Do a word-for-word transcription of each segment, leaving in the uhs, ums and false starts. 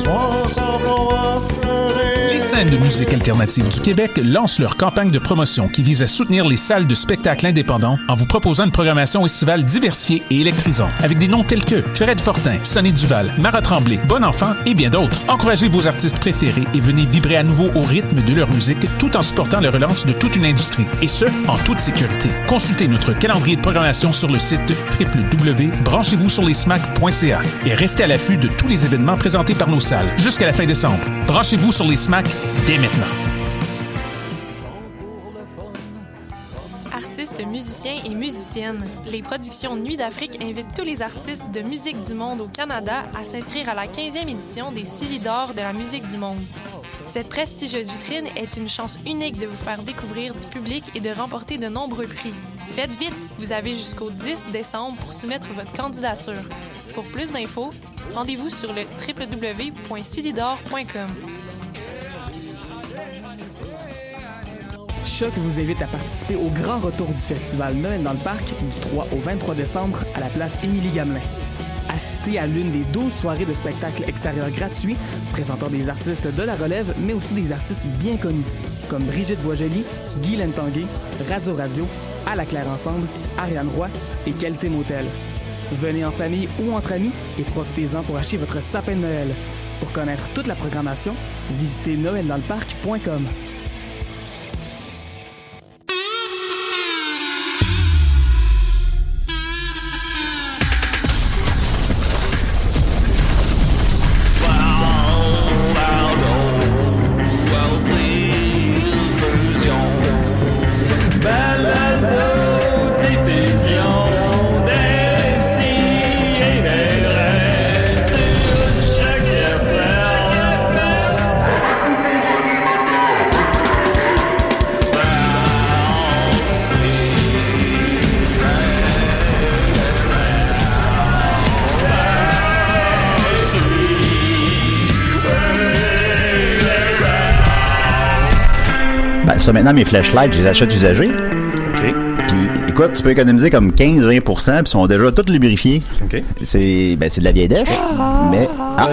ensemble on va fleurir. Les scènes de musique alternative du Québec lancent leur campagne de promotion qui vise à soutenir les salles de spectacles indépendants en vous proposant une programmation estivale diversifiée et électrisante, avec des noms tels que Fred Fortin, Sonny Duval, Mara Tremblay, Bon Enfant et bien d'autres. Encouragez vos artistes préférés et venez vibrer à nouveau au rythme de leur musique tout en supportant la relance de toute une industrie, et ce, en toute sécurité. Consultez notre calendrier de programmation sur le site w w w point branchez vous sur les smack point c a et restez à l'affût de tous les événements présentés par nos salles jusqu'à la fin décembre. Branchez-vous sur les smack dès maintenant. Artistes, musiciens et musiciennes, les productions Nuit d'Afrique invitent tous les artistes de musique du monde au Canada à s'inscrire à la quinzième édition des Silidor de la musique du monde. Cette prestigieuse vitrine est une chance unique de vous faire découvrir du public et de remporter de nombreux prix. Faites vite, vous avez jusqu'au dix décembre pour soumettre votre candidature. Pour plus d'infos, rendez-vous sur le w w w point silidor point com. Choc vous invite à participer au grand retour du festival Noël dans le parc du trois au vingt-trois décembre à la place Émilie-Gamelin. Assistez à l'une des douze soirées de spectacles extérieurs gratuits présentant des artistes de la relève, mais aussi des artistes bien connus, comme Brigitte Boisjoli, Guy Lentanguay, Radio Radio, À la Claire Ensemble, Ariane Roy et Qualité Motel. Venez en famille ou entre amis et profitez-en pour acheter votre sapin de Noël. Pour connaître toute la programmation, visitez noël dans le parc point com. Ça, maintenant, mes flashlights, je les achète usagés. OK. Puis, écoute, tu peux économiser comme quinze à vingt pour cent, puis ils sont déjà tous lubrifiés. OK. C'est, ben, c'est de la vieille dèche, mais... Ah!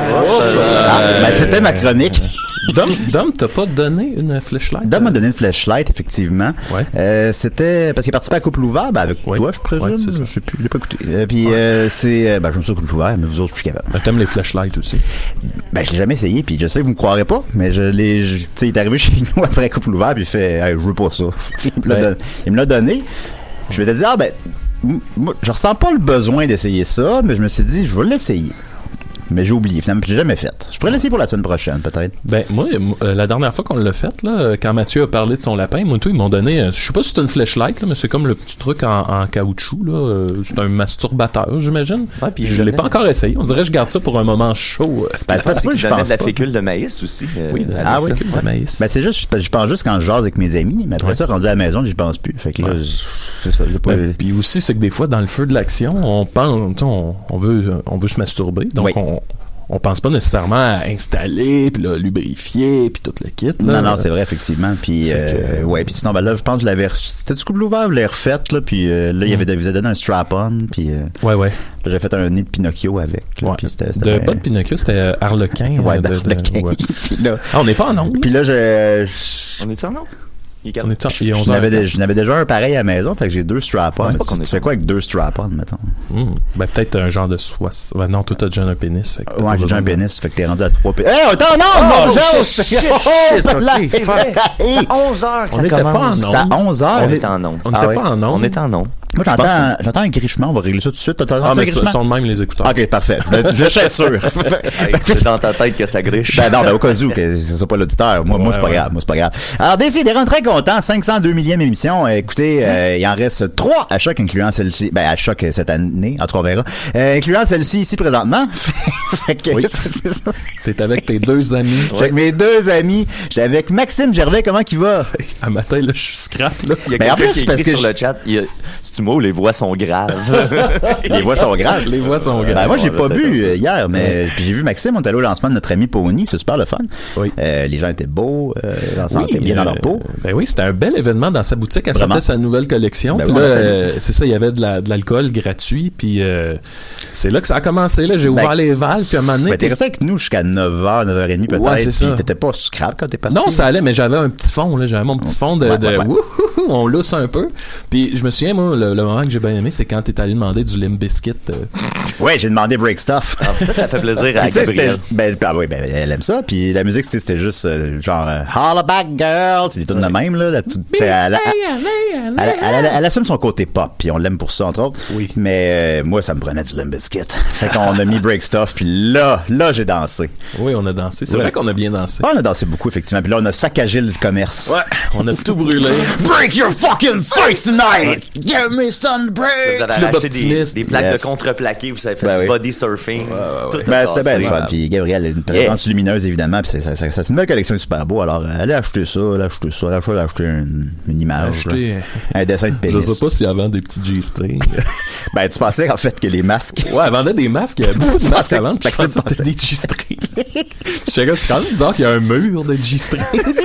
Ah, ben, c'était ma chronique. Dom, Dom, t'as pas donné une flashlight? Dom m'a donné une flashlight, effectivement. Ouais. Euh, c'était parce qu'il participait à Couple Ouvert, ben, avec ouais. toi, je présume. Ouais, c'est ça. Je sais plus, je l'ai pas écouté. Euh, puis, ouais. euh, c'est, ben, je me suis Couple Ouvert, mais vous autres, je suis capable. Ben, t'aimes les flashlights aussi? Ben, je l'ai jamais essayé, puis je sais que vous me croirez pas, mais je l'ai, tu sais, il est arrivé chez nous après Couple Ouvert, puis il fait, hey, je veux pas ça. il, me ouais. don... il me l'a donné. Je m'étais dit, ah, ben, moi, je ressens pas le besoin d'essayer ça, mais je me suis dit, je vais l'essayer. Mais j'ai oublié, finalement, puis je l'ai jamais fait. Je pourrais l'essayer pour la semaine prochaine, peut-être. Ben, moi, euh, la dernière fois qu'on l'a fait, là, quand Mathieu a parlé de son lapin, moi, tout, ils m'ont donné, euh, je sais pas si c'est une flashlight, là, mais c'est comme le petit truc en, en caoutchouc, là. Euh, c'est un masturbateur, j'imagine. Ouais, puis je, je l'ai pas encore essayé. On dirait que je garde ça pour un moment chaud. Euh, ben, c'est parce que je pense de la fécule de maïs aussi. Euh, oui, ah oui, fécule de maïs. Ben, c'est juste, je pense juste quand je jase avec mes amis, mais après ouais. ça, rendu à la maison, je pense plus. Fait que là, ouais. c'est ça. Pas... Ben, puis aussi, c'est que des fois, dans le feu de l'action, on pense, on, on veut, on veut se masturber. Donc, oui. on, on pense pas nécessairement à installer, puis là, lubrifier, puis tout le kit. Là. Non, non, c'est vrai, effectivement. Puis, euh, que... ouais, puis sinon, ben là, je pense que je l'avais... C'était du couple ouvert, je l'ai refaite, là, puis euh, là, il mm. avait, vous avez donné un strap-on, puis... Euh, ouais, ouais. Là, j'ai fait un nid de Pinocchio avec. Là, ouais. Puis c'était, c'était de, bien... Pas de Pinocchio, c'était Harlequin. Ouais, de, d'Harlequin. De, ouais. Puis là... Ah, on n'est pas en ongle. Puis là, je... je... On est en ongle? On est je, je, n'avais de, je n'avais déjà un pareil à la maison, fait que j'ai deux strap-ons. Ouais, tu, tu fais quoi avec deux strap-ons, mettons? Mmh. Ben, peut-être un genre de soixante. Ben, non, toi, t'as déjà un pénis. Fait que ouais, j'ai déjà un pénis, fait que t'es rendu à trois pénis. Hé, hey, attends, non! Oh, mon shit, shit, shit, okay, c'est vrai. C'est à onze heures que ça on commence. C'est à onze heures? On est en onde. On n'était ah, pas en onde. On est en onde. Moi, j'entends, un, j'entends un grichement. On va régler ça tout de suite. T'as ah, mais ça sont de même les écouteurs. OK, parfait. Je vais être sûr. Hey, c'est dans ta tête que ça griche. Ben non, ben au cas où, que ce soit pas l'auditeur. Moi, ouais, moi c'est pas ouais. grave. Moi, c'est pas grave. Alors, décidément, très content. cinq cent deux millième émission. Écoutez, euh, il en reste trois à Choc, incluant celle-ci. Ben, à Choc cette année. En tout cas, on verra. Euh, incluant celle-ci ici présentement. Fait que, oui. c'est, c'est ça. T'es avec tes deux amis. J'étais avec mes deux amis. J'étais avec Maxime Gervais. Comment qu'il va? À matin, là, je suis scrap, là. Il y a ben, quelqu'un en plus, qui parce écrit que sur je... le chat. Il y a... Excuse-moi, où les voix sont graves. Les voix sont graves. Les voix sont graves. Ben, moi, j'ai Ouais, pas là, bu d'accord. euh, hier, mais puis j'ai vu Maxime, on est allé au lancement de notre ami Pony, c'est super le fun. Oui. Euh, les gens étaient beaux, euh, ils se Oui, sentaient bien dans euh, leur peau. Ben oui, c'était un bel événement dans sa boutique. Elle Vraiment. sortait sa nouvelle collection. Ben Puis oui, là, on a fait- euh, c'est ça, il y avait de, la, de l'alcool gratuit. Puis euh, c'est là que ça a commencé. Là, j'ai ouvert Ben, les valves. Puis à un moment donné, Ben, t'es resté avec nous jusqu'à neuf heures, neuf heures trente peut-être, Ouais, c'est ça. puis t'étais pas scrap quand t'es parti. non, ça allait, mais j'avais un petit fond, là. J'avais mon petit fond de, Ouais, de ouais, ouais. wouhou, on lousse un peu. Puis je me souviens, moi, le, le moment que j'ai bien aimé, c'est quand t'es allé demander du Limp Bizkit. Euh, Ouais, j'ai demandé Break Stuff. Ah, ça, ça fait plaisir à Puis, tu sais, Gabriel. c'était- ben, ah oui, ben, elle aime ça. Puis la musique, c'était c'était juste euh, genre euh, Holla Back Girl, c'est des tunes de même là. La, tout- elle, elle, elle, elle, elle- elle assume son côté pop, puis on l'aime pour ça entre autres. Oui. Mais euh, moi, ça me prenait du Limp Bizkit. Fait qu'on a mis Break Stuff, puis là, là, j'ai dansé. oui, on a dancé. C'est Ouais. vrai qu'on a bien dancé. Ah, on a dansé beaucoup effectivement. Puis là, on a saccagé le commerce. Ouais, on a tout brûlé. Break your fucking face tonight! Give me some break! Vous avez Club acheté des, optimiste. des plaques Yes. de contreplaqué, vous avez fait Ben du oui. body surfing. Tout a Ben, c'était bien passé. le fun. Puis Gabriel a une présence lumineuse, évidemment. Puis c'est, ça, ça, ça, c'est une belle collection super beau. Alors, euh, allez acheter ça, allez acheter ça, allez acheter, allez acheter une, une image. Acheter, là. Un dessin de pénis. Je sais pas s'il y avait des petits G-strings. Ben, tu pensais en fait que les masques. Ouais, elle vendait des masques. Il y avait beaucoup de Tu masques pensais- à vendre. Puis je Maxime pensais que c'était des G-strings. Je sais pas, c'est quand même bizarre qu'il y a un mur de G-strings.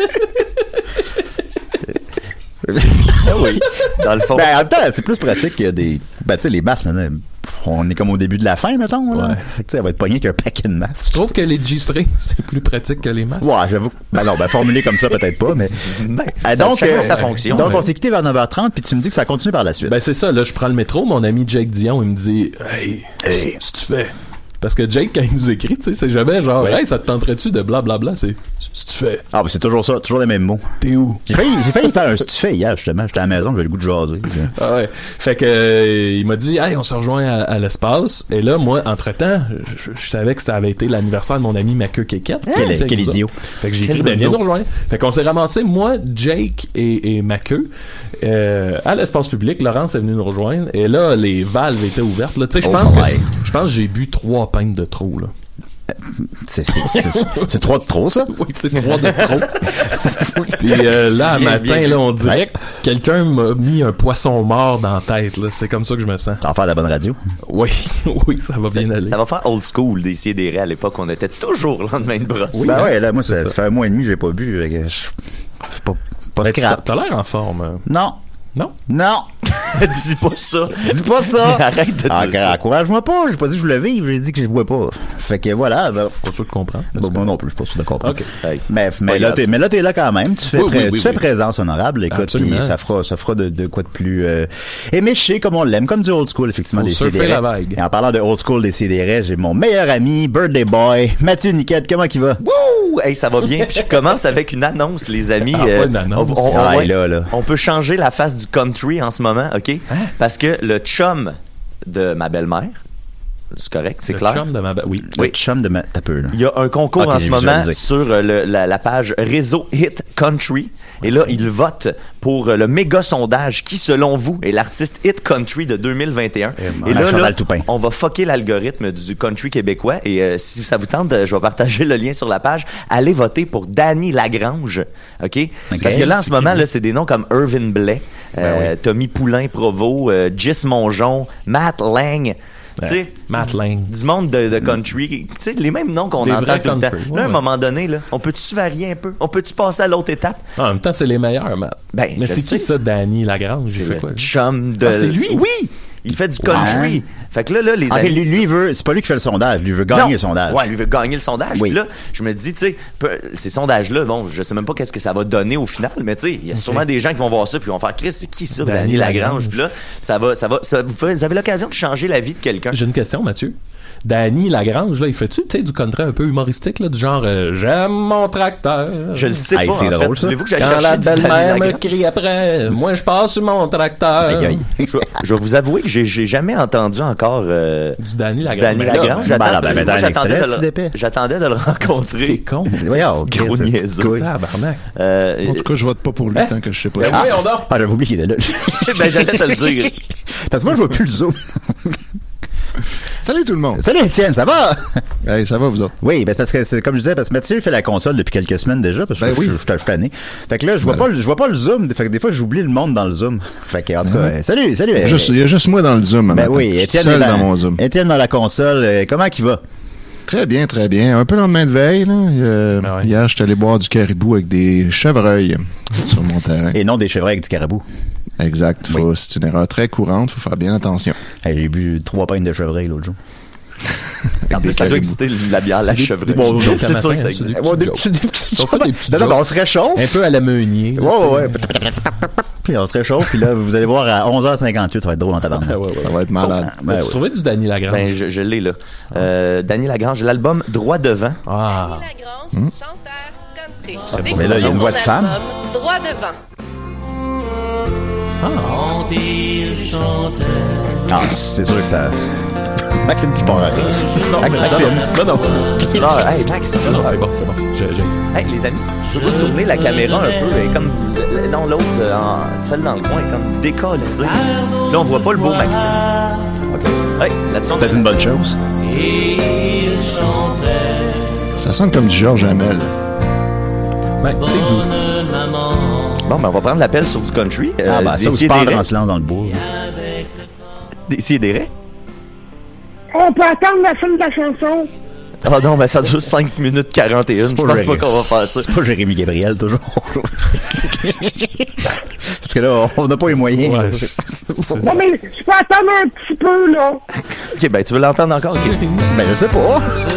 Ah oui. Dans le fond. Ben, en même temps, c'est plus pratique que des. Ben, tu sais, les masques, maintenant, on est comme au début de la fin, mettons. Là. Ouais. Fait que, tu sais, elle va être pognée qu'un paquet de masques. Je trouve que les G-strings, c'est plus pratique que les masques. Ouais, j'avoue. Ben non, ben formulé comme ça, peut-être pas, mais. Ben, Ah, ça- donc, chacun euh, sa fonction. donc ouais. on s'est quitté vers neuf heures trente, puis tu me dis que ça continue par la suite. Ben c'est ça, là je prends le métro, mon ami Jake Dion, il me dit Hey, hey, si tu fais. Parce que Jake, quand il nous écrit, tu sais, c'est jamais genre Ouais. Hey, ça te tenterait-tu de blablabla, c'est si tu fais. Ah, ben c'est toujours ça, toujours les mêmes mots. T'es où? J'ai failli, j'ai failli faire un si tu fais hier, justement. J'étais à la maison, j'avais le goût de jaser. Ah ouais. Fait que euh, il m'a dit Hey, on se rejoint à, à l'espace. Et là, moi, entre-temps, je, je savais que ça avait été l'anniversaire de mon ami Maqueux Kékette. Quel- C'est quel nous idiot. autres. Fait que j'ai écrit Quel ben, viens dodo. nous rejoindre. Fait qu'on s'est ramassé, moi, Jake et, et Maqueux, euh, à l'espace public. Laurence est venue nous rejoindre. Et là, les valves étaient ouvertes. Là, tu sais, je Oh pense que boy. je pense que j'ai bu trois pintes de trop, là. C'est, c'est, c'est, c'est trois de trop, ça? Oui, c'est trois de trop. Puis euh, là, à Bien, matin, bien là, on dirait Ouais. que quelqu'un m'a mis un poisson mort dans la tête. Là. C'est comme ça que je me sens. Ça va faire de la bonne radio. Oui, oui, ça va bien aller. Ça va faire old school des sidérés à l'époque. On était toujours le lendemain de brosse. Oui, ben ouais, là, moi, c'est ça, ça. ça fait un mois et demi que j'ai pas bu. fait que je- c'est pas, pas Ben, t'as scrap. t'as l'air en forme. hein. Non. Non? Non. Dis pas ça. Dis pas ça. Arrête de dire Ah, ça. encourage-moi pas. J'ai pas dit que je voulais vivre. J'ai dit que je bois pas. Fait que voilà. Ben, Pas sûr de comprendre. bon, moi non plus, je suis pas sûr de comprendre. OK. Hey. Mais, mais, Pas là, grave, t'es, ça. mais là, t'es là quand même. Tu fais, Oui, pré- oui, oui, tu fais oui. présence honorable. Écoute, Absolument. puis ça fera, ça fera de, de quoi de plus euh, éméché comme on l'aime, comme du old school, effectivement, Faut des surfer C D R. la vague. Et en parlant de old school des C D R, j'ai mon meilleur ami, Birthday Boy, Mathieu Niquette. Comment il va? Wouh! Hey, ça va bien. Puis je commence avec une annonce, les amis. Ah, pas une annonce. On, on- Ah, ouais, là, là. on peut changer la face du country en ce moment, OK? Hein? Parce que le chum de ma belle-mère, c'est correct, c'est Le clair? chum de ma... ba- Oui. Oui. Chum de ma... T'as peu, là. Il y a un concours Ok, en j'ai ce moment visualisé. sur euh, le- la, la page Réseau Hit Country. Et là, ils votent pour euh, le méga sondage qui, selon vous, est l'artiste Hit Country de deux mille vingt et un. Eh, Et là, Chantal là, Toupin. on va fucker l'algorithme du country québécois. Et euh, si ça vous tente, euh, je vais partager le lien sur la page. Allez voter pour Danny Lagrange. OK? Parce que là, en ce moment, là, c'est des noms comme Irvin Blais, euh, Tommy Poulain-Provost, euh, Gis Mongeon, Matt Lang. Tu sais, Matt Lang. du monde de, de country, tu sais, les mêmes noms qu'on Des entend vrais tout le temps. country, Là, ouais, à un ouais. moment donné, là, on peut-tu varier un peu? On peut-tu passer à l'autre étape? En même temps, c'est les meilleurs, Matt. Ben, Mais je c'est sais. qui ça, Danny Lagrange? J'ai C'est fait le quoi? lui? chum de... Ah, c'est lui? Oui! Il fait du country. Fait que là, là, les Ok, amis... lui, lui, il veut, c'est pas lui qui fait le sondage, lui il veut gagner Non. le sondage. Ouais, lui veut gagner le sondage. Oui. Puis là, je me dis, tu sais, peu- ces sondages-là, bon, je sais même pas qu'est-ce que ça va donner au final, mais tu sais, il y a sûrement des gens qui vont voir ça puis vont faire, Chris, c'est qui ça, Danny Danny Lagrange? Lagrange. Puis là, ça va, ça va, ça- vous, pouvez- vous avez l'occasion de changer la vie de quelqu'un. J'ai une question, Mathieu. Danny Lagrange, là, il fait-tu, tu sais, du country un peu humoristique, là, du genre euh, j'aime mon tracteur. Je le sais Hey, pas. c'est en drôle, fait. ça. Voulez-vous que j'aille Quand chercher la du Danny belle-mère me Lagrange? crie après, moi je passe sur mon tracteur. Aïe, aïe. je, je vais vous avouer que j'ai, j'ai jamais entendu encore euh, Du Danny du Lagrange. Danny Mais là, Lagrange. ben, J'attends- ben, ben, ben, moi, un j'attendais, extrait, de si le, d'épais. j'attendais de le T'es rencontrer. con. Voyons, Chris, Gros c'est niaiseux. couille. Tabarnak. Euh, En tout cas, je vote pas pour lui Hein? tant que je sais pas Ben ça. voyons donc. Ah, j'avais oublié qu'il était là. ben, j'allais te le dire. Parce que moi, je vois plus le zoo. Ça, salut tout le monde. Salut Étienne, ça va? Hey, ça va vous autres? Oui, ben parce que c'est comme je disais, parce que Mathieu fait la console depuis quelques semaines déjà, parce que ben je, oui. je, je, je suis tanné. Fait que là, je vois voilà. pas, je vois pas le zoom. Fait que des fois, j'oublie le monde dans le zoom. Fait que en tout cas, mmh. salut, salut. Juste, il y a juste moi dans le zoom. Ben matin. oui, Étienne seul dans, dans mon zoom. Étienne dans la console. Euh, comment qu'il va? Très bien, très bien. Un peu lendemain de veille, là. Euh, ben ouais. Hier, j'étais allé boire du caribou avec des chevreuils sur mon terrain. Et non des chevreuils avec du caribou. Exact. Faut, oui. C'est une erreur très courante. Faut faire bien attention. Hey, j'ai bu trois pintes de chevreuil l'autre jour. En plus, ça doit exister la bière, la chevreuil. Bon, c'est sûr que ça existe. Des petits Non, non, on se réchauffe. Un peu à la Meunier. Ouais, ouais, ouais. Puis on se réchauffe, puis là, vous allez voir à onze heures cinquante-huit, ça va être drôle en tabarnak. Ah ouais, ouais. Ça va être malade. Oh, ben, tu ouais. trouvais du Danny Lagrange? Ben, je, je l'ai là. Euh, Danny Lagrange, l'album Droit devant. Ah. Danny Lagrange, hmm? chanteur country. Ah, bon, mais là, il y a une voix de femme. Droit devant. Ah. Ah, c'est sûr que ça. Maxime qui part à rire. Non, mais Maxime. Non, non. non. non hey, Maxime. Non, non, c'est bon, c'est bon. Je, je... Hey, les amis, je peux vous tourner la caméra un peu. Et comme, non, l'autre, en, celle dans le coin, est comme décalissée. Là, on voit pas le beau Maxime. OK. Hey, là-dessus, on peut-être une bonne chose. Ça sonne comme du Georges Hamel. Ben, c'est doux. Bon, ben, on va prendre l'appel sur du country. Euh, ah, ben, ça, aussi, pendre en se lance dans le bois. Des sidérés? On peut attendre la fin de la chanson. Ah oh non, mais ça dure cinq minutes quarante et un. Je pense Jérémy. pas qu'on va faire ça. C'est pas Jérémy Gabriel, toujours. Parce que là, on n'a pas les moyens. Ouais, non, mais je peux attendre un petit peu, là. OK, ben, tu veux l'entendre encore? Okay. Ben, je sais pas.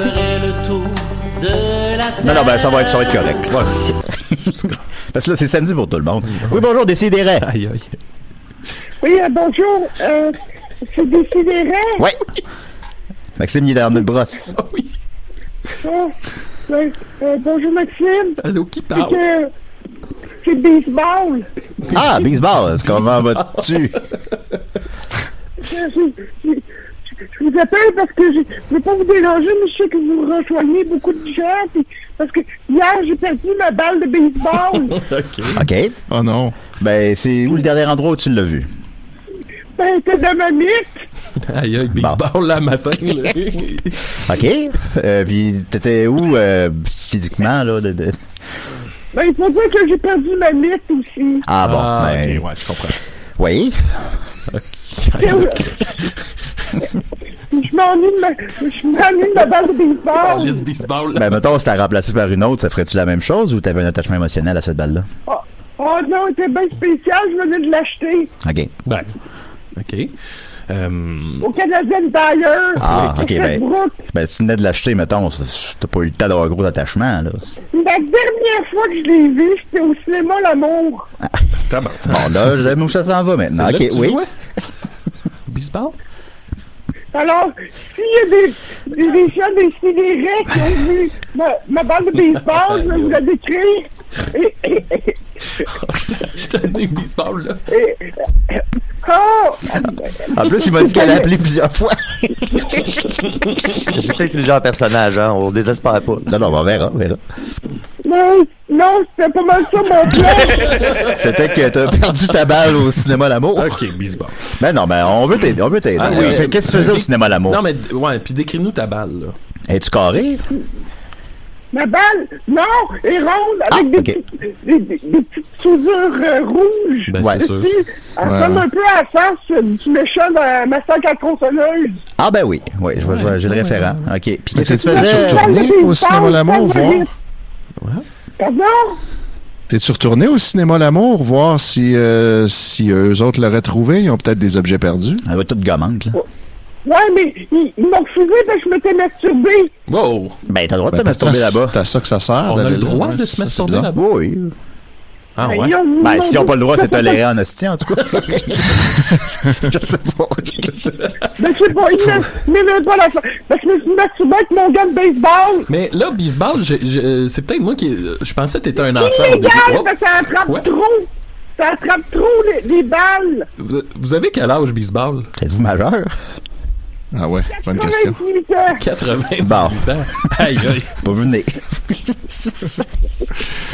Non, non, ben, ça va être, ça va être correct. Ouais. Parce que là, c'est samedi pour tout le monde. Oui, bonjour, Décidérez. Aïe, aïe. Oui, euh, bonjour. Euh, c'est Décidérez. Oui. Maxime, il est dans notre brosse. Oh oui. Oh, euh, euh, bonjour, Maxime. Allô, qui parle? C'est baseball. Ah, baseball. Comment vas-tu? je, je, je, je vous appelle parce que je ne veux pas vous déranger, mais je sais que vous rejoignez beaucoup de gens. Puis, parce que hier, j'ai perdu ma balle de baseball. OK. OK. Oh non. Ben, c'est où le dernier endroit où tu l'as vu? Ben, t'es dans ma mythe. Aïe, aïe, baseball, bon. Là, matin, là. OK. Euh, puis, t'étais où, euh, physiquement, là? De, de... Ben, il faut dire que j'ai perdu ma mythe aussi. Ah, bon. Ah, ben... OK, ouais, je comprends. Oui. Okay. Je m'ennuie de ma, je m'ennuie de ma balle de baseball. Oh, baseball. Ben, mettons, si t'as remplacé par une autre, ça ferait-tu la même chose ou t'avais un attachement émotionnel à cette balle-là? Oh, oh non, c'était bien spécial, je venais de l'acheter. OK. Ben, OK. Um... Au Canadian Tire. Ah, OK, ben, ben, si tu venais de l'acheter, mettons, t'as pas eu le temps d'avoir un gros attachement, là. La dernière fois que je l'ai vu, c'était au cinéma L'Amour. Ah. Bon, là, j'aime où ça s'en va maintenant. OK, oui. Baseball? Alors, s'il y a des, des, des gens des sidérés qui ont vu ma, ma balle de baseball, je vais vous la décrire. Et, et, et, c'est un baseball, là. Et, oh! En plus, il m'a dit qu'elle a appelé plusieurs fois. C'est peut-être plusieurs personnages, hein. On désespère pas. Non, non, on verra, on verra. Non, non, c'était pas mal ça, mon plan. C'était que t'as perdu ta balle au cinéma L'Amour. OK, baseball. Ben non, ben on veut t'aider, on veut t'aider. Ah, oui. Qu'est-ce que tu faisais au cinéma L'Amour? Non, mais, ouais, puis décris-nous ta balle, là. Es-tu carré? Ma balle, non, est ronde avec ah, des, okay. petites, des, des, des petites soudures euh, rouges. Ben, ouais, c'est sûr. Elle ouais. ressemble un peu à la face du méchant de ma soeur quatre tronçonneuse. Ah ben oui, oui, je vois, ouais, j'ai le ouais, référent. OK. Puis qu'est-ce que tu faisais? T'es-tu retourné au cinéma L'Amour voir? Ouais. Pardon? T'es-tu retourné au cinéma L'Amour voir si, euh, si eux autres l'auraient trouvé? Ils ont peut-être des objets perdus. Elle va toute gommante, là. Oh. Ouais, mais ils, ils m'ont refusé parce que je m'étais masturbé. Wow! Ben, t'as le droit de ben, te masturber là-bas. C'est à ça que ça sert. On a le droit là, de se masturber là-bas? Oui. Ah ouais? Ben, ben s'ils n'ont pas le droit, c'est toléré en hostie, en tout cas. Je sais pas. Ben, je sais pas, ils n'aimaient pas la... Parce que je me suis masturbé avec mon gars de baseball. Mais là, baseball, je, je, c'est peut-être moi qui... Je pensais que t'étais un enfant. C'est illégal, parce que ça attrape ouais. trop. Ça attrape trop les, les balles. Vous, vous avez quel âge, baseball? Êtes-vous majeur? Ah ouais, bonne question. quatre-vingt-dix-huit bon. ans. Aïe, aïe. Pas venez.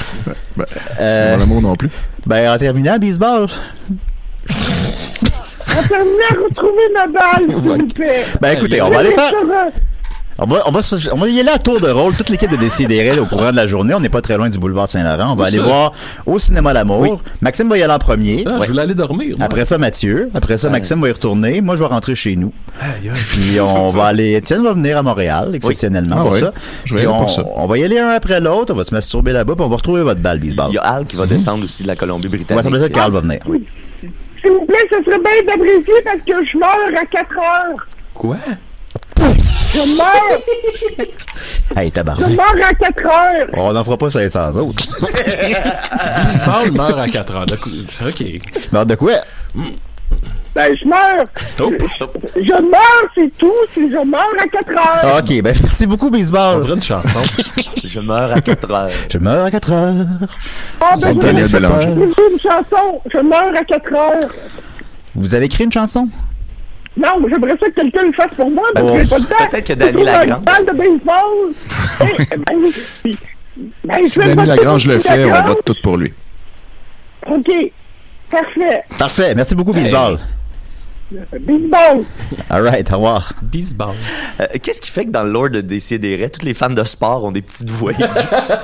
ben, euh, c'est mon amour non plus. Ben, en terminant, baseball. On termine à retrouver ma balle, s'il vous plaît. Ben écoutez, on va aller faire... On va, on, va, on va y aller à tour de rôle. Toute l'équipe de Décideret au courant de la journée. On n'est pas très loin du boulevard Saint-Laurent. On va aller ça? voir au cinéma L'Amour. Oui. Maxime va y aller en premier. Ah, ouais. Je voulais aller dormir. Moi. Après ça, Mathieu. Après ça, ouais. Maxime va y retourner. Moi, je vais rentrer chez nous. Aïe, aïe. Puis on va aller... Étienne va venir à Montréal, exceptionnellement, oui. pour ah, ça. Oui. Je vais y aller pour ça. On va y aller un après l'autre. On va se masturber là-bas, puis on va retrouver votre balle, baseball. Il y a Al qui va descendre mm-hmm. aussi de la Colombie-Britannique. Ouais, ça veut dire qu'Al va venir. Oui. S'il vous plaît, ça serait bien d'apprécier parce que je meurs à quatre heures. Quoi? Je meurs! Hey, tabarnak. Je meurs à quatre heures! Oh, on n'en fera pas cinq cents autres. Baseball meurt à quatre heures. C'est OK. Meurt de quoi? Ben, je meurs! Oh. Je, je meurs, c'est tout! C'est je meurs à quatre heures! OK, ben merci beaucoup, Baseball. On dirait une chanson. Je meurs à quatre heures. Je meurs à quatre heures. Ah, ben, je vais écrire une chanson. Je meurs à quatre heures. Vous avez écrit une chanson? Non, j'aimerais ça que quelqu'un le fasse pour moi, parce oh, que j'ai pas le temps. Peut-être que Danny Lagrange. Une balle de baseball. hey, ben, ben, si Danny Lagrange le fait, on vote tout pour lui. OK. Parfait. Parfait. Merci beaucoup, hey. Baseball. Baseball. All right, au revoir. Baseball. Euh, qu'est-ce qui fait que dans le lore de Décideret, tous les fans de sport ont des petites voix? Le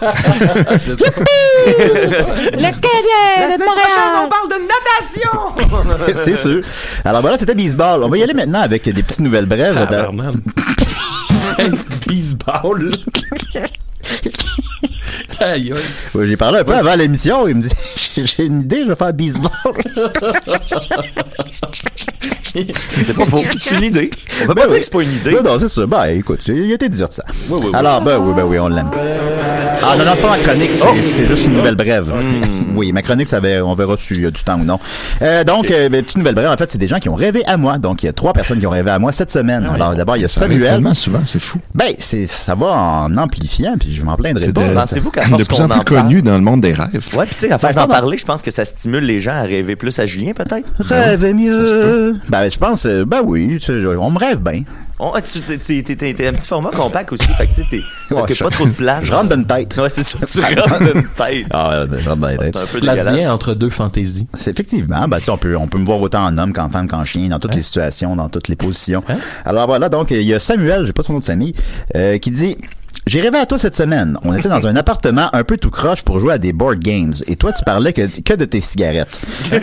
Canadien de Montréal. On parle de natation! C'est sûr. Alors voilà, c'était Baseball. On va y aller maintenant avec des petites nouvelles brèves. Ah, Baseball. Aïe, aïe. Ouais, j'ai parlé un peu ouais, avant l'émission. Il me dit j'ai une idée, je vais faire baseball. C'est pas faux. C'est une idée. On peut ben pas oui. dire que c'est pas une idée. Non, non, c'est ça. Ben, écoute, il a été divertissant. Oui, oui, Alors, oui. ben oui, ben oui, on l'aime. Ah, non, non, c'est pas ma chronique. C'est, oh. c'est juste une nouvelle brève. Mm. Oui, ma chronique, ça va, on verra s'il y a du temps ou non. Euh, donc, okay. euh, ben, toute nouvelle brève, en fait, c'est des gens qui ont rêvé à moi. Donc, il y a trois personnes qui ont rêvé à moi cette semaine. Ah, Alors, d'abord, il y a ça Samuel. tellement souvent, c'est fou. Ben, c'est, ça va en amplifiant, puis je m'en plaindrai pas. Pensez-vous qu'à force de plus en plus connu dans le monde des rêves. Ouais, puis tu sais, à force d'en parler, je pense que ça stimule les gens à rêver plus à Julien, peut-être. Rêver mieux. Ben, je pense, ben oui, on me rêve bien. On, tu t'es, t'es, t'es, t'es un petit format compact aussi, fait que tu sais, t'es, ouais, t'as pas trop de place. Je rentre dans une tête. Ouais, c'est ça, tu rentres dans une tête. Ah, je rentre dans une tête. C'est un peu place bien entre deux fantaisies. C'est effectivement, ben tu sais, on peut, on peut me voir autant en homme qu'en femme qu'en chien, dans toutes hein? les situations, dans toutes les positions. Hein? Alors voilà, donc, il y a Samuel, j'ai pas son nom de famille, euh, qui dit... J'ai rêvé à toi cette semaine. On était dans un appartement un peu tout croche pour jouer à des board games. Et toi, tu parlais que, que de tes cigarettes.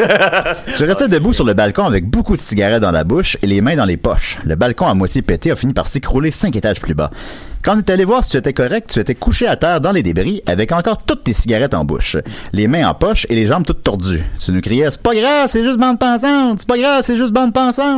Tu restais debout sur le balcon avec beaucoup de cigarettes dans la bouche et les mains dans les poches. Le balcon à moitié pété a fini par s'écrouler cinq étages plus bas. Quand on est allé voir si tu étais correct, tu étais couché à terre dans les débris avec encore toutes tes cigarettes en bouche, les mains en poche et les jambes toutes tordues. Tu nous criais « C'est pas grave, c'est juste bande pensante! C'est pas grave, c'est juste bande pensante! »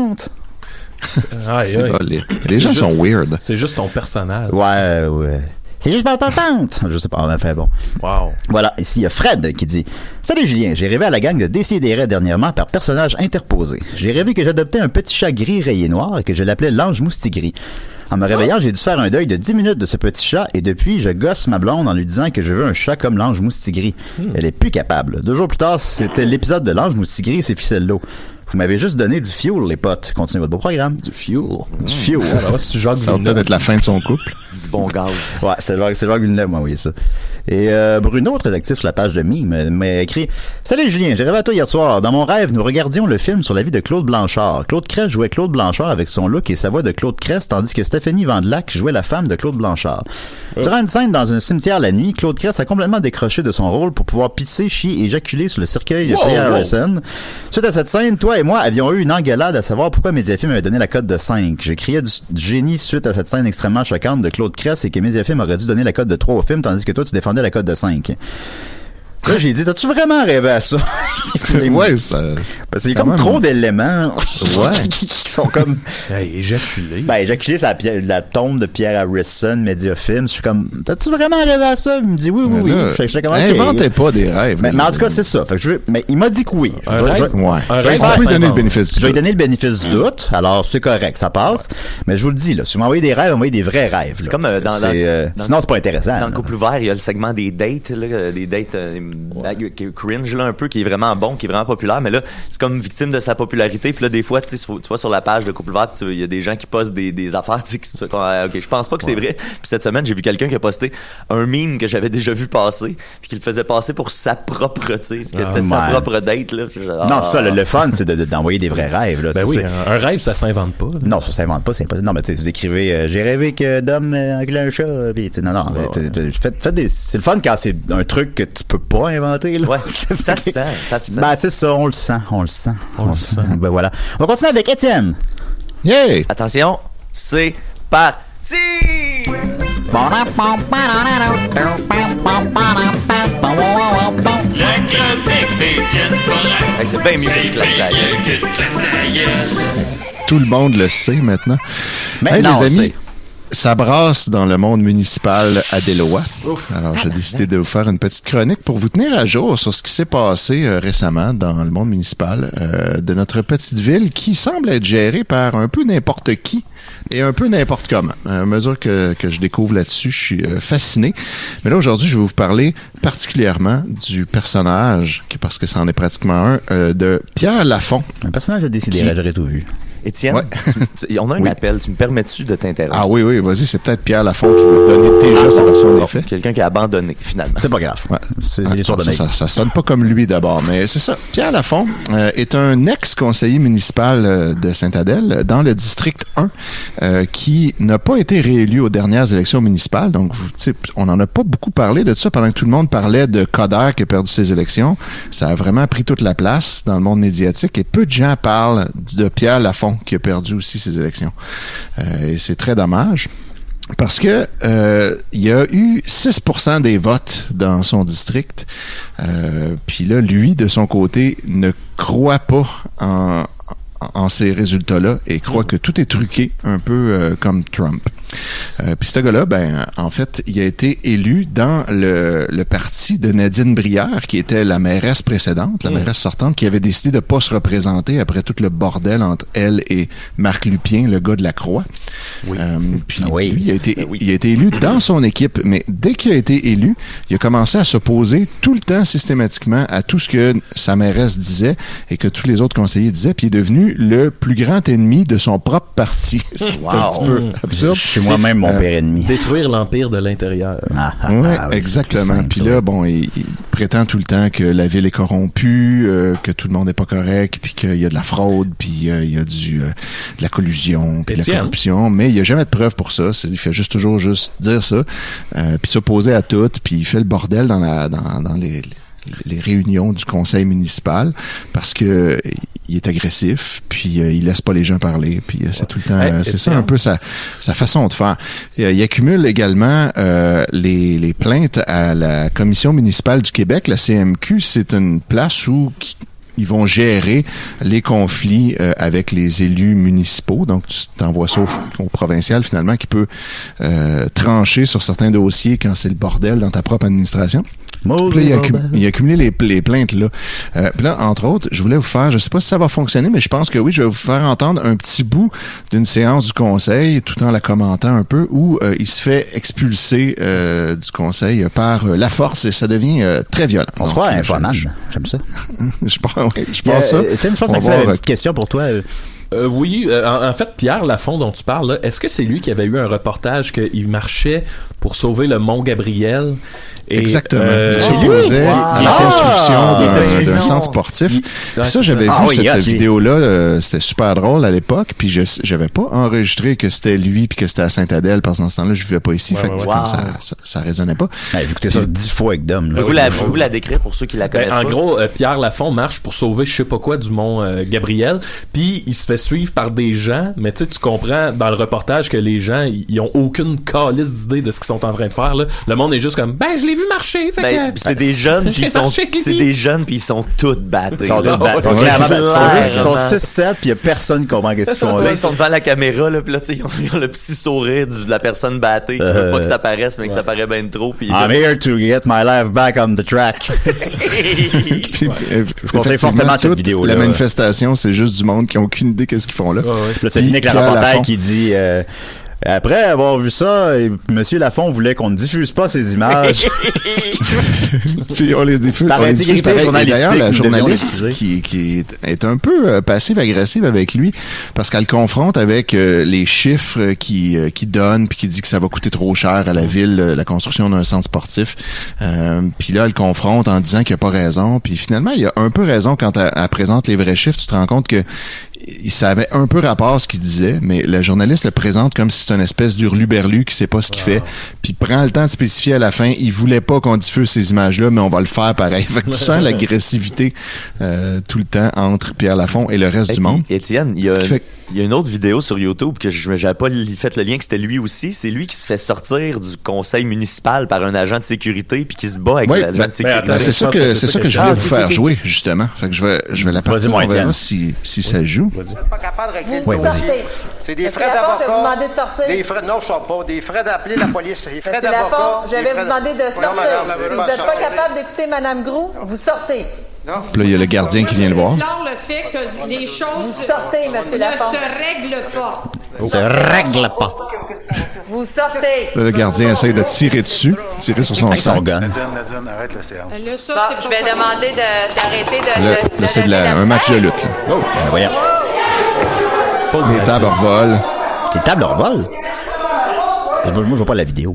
Aïe, c'est aïe. Pas, les, les gens juste, sont weird. C'est juste ton personnage. Ouais, ouais. C'est juste bande pensante. Je sais pas, en fait, bon. Wow. Voilà, ici, il y a Fred qui dit « Salut Julien, j'ai rêvé à la gang de Décideret dernièrement par personnage interposé. J'ai rêvé que j'adoptais un petit chat gris rayé noir et que je l'appelais l'ange moustigris. En me réveillant, j'ai dû faire un deuil de dix minutes de ce petit chat et depuis, je gosse ma blonde en lui disant que je veux un chat comme l'ange moustigris. Hmm. Elle est plus capable. Deux jours plus tard, c'était l'épisode de l'ange moustigris et ses ficellos. Vous m'avez juste donné du fuel, les potes. Continuez votre beau programme. Du fuel. Du fuel. Mmh. Alors, si tu jogues ça va peut-être être la fin de son couple. Du bon gaz. Ouais, c'est le genre Villeneuve, moi, oui, ça. Et euh, Bruno, très actif sur la page de Mime, m'a écrit « Salut Julien, j'ai rêvé à toi hier soir. Dans mon rêve, nous regardions le film sur la vie de Claude Blanchard. Claude Crest jouait Claude Blanchard avec son look et sa voix de Claude Crest, tandis que Stéphanie Vandelac jouait la femme de Claude Blanchard. Oh. Durant une scène dans un cimetière la nuit, Claude Crest a complètement décroché de son rôle pour pouvoir pisser, chier et éjaculer sur le cercueil de wow, Pierre wow. Harrison. Suite à cette scène, toi et moi avions eu une engueulade à savoir pourquoi Mediafilm avait donné la cote de cinq. Je criais du, du génie suite à cette scène extrêmement choquante de Claude Crest et que Mediafilm aurait dû donner la cote de trois au film, tandis que toi, tu défendais la cote de cinq. Là, j'ai dit, t'as-tu vraiment rêvé à ça? Ouais, ça. Parce qu'il y a comme même... trop d'éléments. Ouais. qui sont comme. Hey, éjaculé. Ben, éjaculé, c'est la, la tombe de Pierre Harrison, Mediafilm. Je suis comme, t'as-tu vraiment rêvé à ça? Il me dit oui, oui, oui. Là, fait que j'étais comme, inventez pas des rêves. Mais, mais en tout cas, c'est ça. Fait que je, mais il m'a dit que oui. Un je, rêve? Je, ouais. Un je vais faire, lui donner le bénéfice du doute. Je vais lui donner le bénéfice du doute. Alors, c'est correct, ça passe. Ouais. Mais je vous le dis, là, si vous m'envoyez des rêves, envoyez des vrais rêves. C'est là. Comme euh, dans, c'est, dans, euh, dans. Sinon, c'est pas intéressant. Dans le couple ouvert, il y a le segment des dates, là, des dates euh, ouais. qui est cringe là un peu, qui est vraiment bon, qui est vraiment populaire, mais là c'est comme victime de sa popularité. Puis là des fois, tu vois sur la page de Couple Vert, il y a des gens qui postent des, des affaires, tu sais, ok, je pense pas que c'est ouais. vrai. Puis cette semaine, j'ai vu quelqu'un qui a posté un meme que j'avais déjà vu passer, puis qui le faisait passer pour sa propre, tu sais, que c'était oh, sa propre date là. Puis, genre, non, c'est ça, le, le fun, c'est de, de, d'envoyer des vrais rêves là. Ben c'est, oui, c'est, un rêve, ça s'invente pas. Là. Non, ça s'invente pas, c'est impossible. Non, mais tu sais, vous écrivez, euh, j'ai rêvé que Dom euh, enculait un chat, puis tu sais, non, non, oh, t'es, t'es, faites, faites des, c'est le fun quand c'est un truc que tu peux pas inventer là. Ouais, ça se sent, ça se sent. Ben c'est ça, on le sent, on le sent, on, on le sent. sent. Ben voilà. On va continuer avec Étienne. Yeah! Attention, c'est parti! La chronique d'Étienne Forêt. Hey, c'est bien mieux que la Tout le monde le sait maintenant. Mais hey, les amis, ça brasse dans le monde municipal adélois. Ouf. Alors, j'ai décidé de vous faire une petite chronique pour vous tenir à jour sur ce qui s'est passé euh, récemment dans le monde municipal euh, de notre petite ville qui semble être gérée par un peu n'importe qui et un peu n'importe comment. À mesure que, que je découvre là-dessus, je suis euh, fasciné. Mais là, aujourd'hui, je vais vous parler particulièrement du personnage, parce que ça en est pratiquement un, euh, de Pierre Laffont. Un personnage a décidé, qui... j'aurais tout vu. Étienne, ouais. tu, tu, on a un oui. appel. Tu me permets-tu de t'interrompre? Ah oui, oui, vas-y, c'est peut-être Pierre Laffont qui veut donner déjà sa version des faits. Quelqu'un qui a abandonné, finalement. C'est pas grave. Ouais. C'est ah, l'histoire de ça, ça, ça sonne pas comme lui d'abord, mais c'est ça. Pierre Laffont euh, est un ex-conseiller municipal euh, de Sainte-Adèle dans le district un euh, qui n'a pas été réélu aux dernières élections municipales. Donc, vous, on n'en a pas beaucoup parlé de ça pendant que tout le monde parlait de Coderre qui a perdu ses élections. Ça a vraiment pris toute la place dans le monde médiatique et peu de gens parlent de Pierre Laffont qui a perdu aussi ses élections. Euh, et c'est très dommage. Parce que euh, il y a eu six pour cent des votes dans son district. Euh, puis là, lui, de son côté, ne croit pas en, en ces résultats-là et croit que tout est truqué, un peu euh, comme Trump. Euh, puis ce gars-là, ben, en fait, il a été élu dans le, le parti de Nadine Brière, qui était la mairesse précédente, la mmh. mairesse sortante, qui avait décidé de pas se représenter après tout le bordel entre elle et Marc Lupien, le gars de la Croix. Oui. Euh, puis oui. lui, il a été, ben oui. il a été élu dans son équipe, mais dès qu'il a été élu, il a commencé à s'opposer tout le temps systématiquement à tout ce que sa mairesse disait et que tous les autres conseillers disaient, puis il est devenu le plus grand ennemi de son propre parti. C'est wow. un petit peu absurde. Je suis moi-même mon euh, père ennemi. Détruire l'empire de l'intérieur. Ah, ah, ouais, ah, oui, exactement. Puis là, bon, il, il prétend tout le temps que la ville est corrompue, euh, que tout le monde n'est pas correct, puis qu'il y a de la fraude, puis euh, il y a du, euh, de la collusion, puis de la corruption. Mais il n'y a jamais de preuve pour ça. C'est, il fait juste toujours juste dire ça, euh, puis s'opposer à tout, puis il fait le bordel dans, la, dans, dans les... les les réunions du conseil municipal parce que il est agressif, puis euh, il laisse pas les gens parler, puis euh, c'est tout le temps euh, c'est ça un peu sa sa façon de faire. Euh, il accumule également euh, les les plaintes à la commission municipale du Québec, la C M Q, c'est une place où qui, ils vont gérer les conflits euh, avec les élus municipaux. Donc, tu t'envoies ça au, au provincial, finalement, qui peut euh, trancher sur certains dossiers quand c'est le bordel dans ta propre administration. Puis là, il, a accum- il a accumulé les, les plaintes là. Euh, puis là, entre autres, je voulais vous faire, je sais pas si ça va fonctionner, mais je pense que oui, je vais vous faire entendre un petit bout d'une séance du conseil, tout en la commentant un peu, où euh, il se fait expulser euh, du conseil par euh, la force et ça devient euh, très violent. On se croit un infoman. J'aime ça. je pense, ouais, je pense euh, ça. Tu sais, je pense que c'est une petite question pour toi. Euh, oui, euh, en, en fait, Pierre Laffont dont tu parles, là, est-ce que c'est lui qui avait eu un reportage qu'il marchait pour sauver le Mont Gabriel? Et, exactement. Euh, il supposait wow. la construction ah, d'un, d'un centre sportif. Il, ça, j'avais ça. vu ah, cette oui, vidéo-là. Euh, c'était super drôle à l'époque. Puis je j'avais pas enregistré que c'était lui puis que c'était à Sainte-Adèle parce que dans ce temps-là, je vivais pas ici. Ouais, fait que ouais, wow. comme ça, ça, ça résonnait pas. Ouais, écoutez ça dix fois avec Dom. Vous la, vous la décrire pour ceux qui la connaissent ben, en pas. En gros, euh, Pierre Laffont marche pour sauver je sais pas quoi du Mont euh, Gabriel. Puis il se fait suivre par des gens. Mais tu sais, tu comprends dans le reportage que les gens, ils ont aucune calice d'idée de ce qu'ils sont en train de faire. Là. Le monde est juste comme, ben je l'ai vu marcher. Fait ben, Pis c'est des jeunes pis ils sont c'est des jeunes puis ils sont tous battés. Ils sont tous battés. Ils sont six sept puis il y a personne qui comprend qu'est-ce qu'ils font là. Ils sont devant la caméra là puis là tu sais ils ont le petit sourire de la personne battée. Euh, pas que ça paraisse mais que ça paraît bien trop puis I'm here to get my life back on the track. Puis, je conseille fortement cette vidéo là. La manifestation, c'est juste du monde qui a aucune idée qu'est-ce qu'ils font là. Là ça finit avec la reporter qui dit Après avoir vu ça, M. Lafont voulait qu'on ne diffuse pas ces images. Puis on les diffuse. Par on les diffuse intégrité pareil. Et d'ailleurs, la journalistique, journaliste qui, qui est, est un peu euh, passive-agressive avec lui parce qu'elle confronte avec euh, les chiffres qui, euh, qui donnent puis qui dit que ça va coûter trop cher à la ville, euh, la construction d'un centre sportif. Euh, puis là, elle confronte en disant qu'il n'a pas raison. Puis finalement, il a un peu raison quand elle, elle présente les vrais chiffres. Tu te rends compte que il savait un peu rapport ce qu'il disait, mais le journaliste le présente comme si c'est une espèce d'hurluberlu qui sait pas ce qu'il fait, puis prend le temps de spécifier à la fin, il voulait pas qu'on diffuse ces images-là, mais on va le faire pareil. Fait que tu sens l'agressivité euh, tout le temps entre Pierre Lafont et le reste et du monde. Étienne, il y a une, fait... il y a une autre vidéo sur YouTube que je n'avais pas fait le lien que c'était lui aussi. C'est lui qui se fait sortir du conseil municipal par un agent de sécurité puis qui se bat avec oui, l'agent ben, de sécurité. Ben, c'est ça que, c'est ça que, que je voulais ah, vous faire jouer, justement. Fait que je vais, je vais la partir, on verra si, si ça joue. Vous n'êtes pas capable de régler vous le dossier. C'est des frais d'avocat. Je vais vous demander de sortir. Des frais, non, je ne sors pas. Des frais d'appeler la police. Des frais d'avocat. Je vais vous demander de sortir. Non, si vous n'êtes pas capable d'écouter Mme Groux, vous sortez. Non. Puis là, il y a le gardien qui vient le voir. Je déplore le fait que les choses vous sortez, monsieur Lafont. ne se règlent pas. Ne se règlent pas. Vous sortez. Là, le gardien essaie de tirer dessus, tirer sur son sang. Nadine, Nadine, arrête la séance. Là, ça, bon, c'est je vais demander de, d'arrêter de... Là, de, de là c'est de la, un match de lutte. Là. Oh, ben voyons. Les tables revolent. Les tables revolent? Moi, je vois pas la vidéo.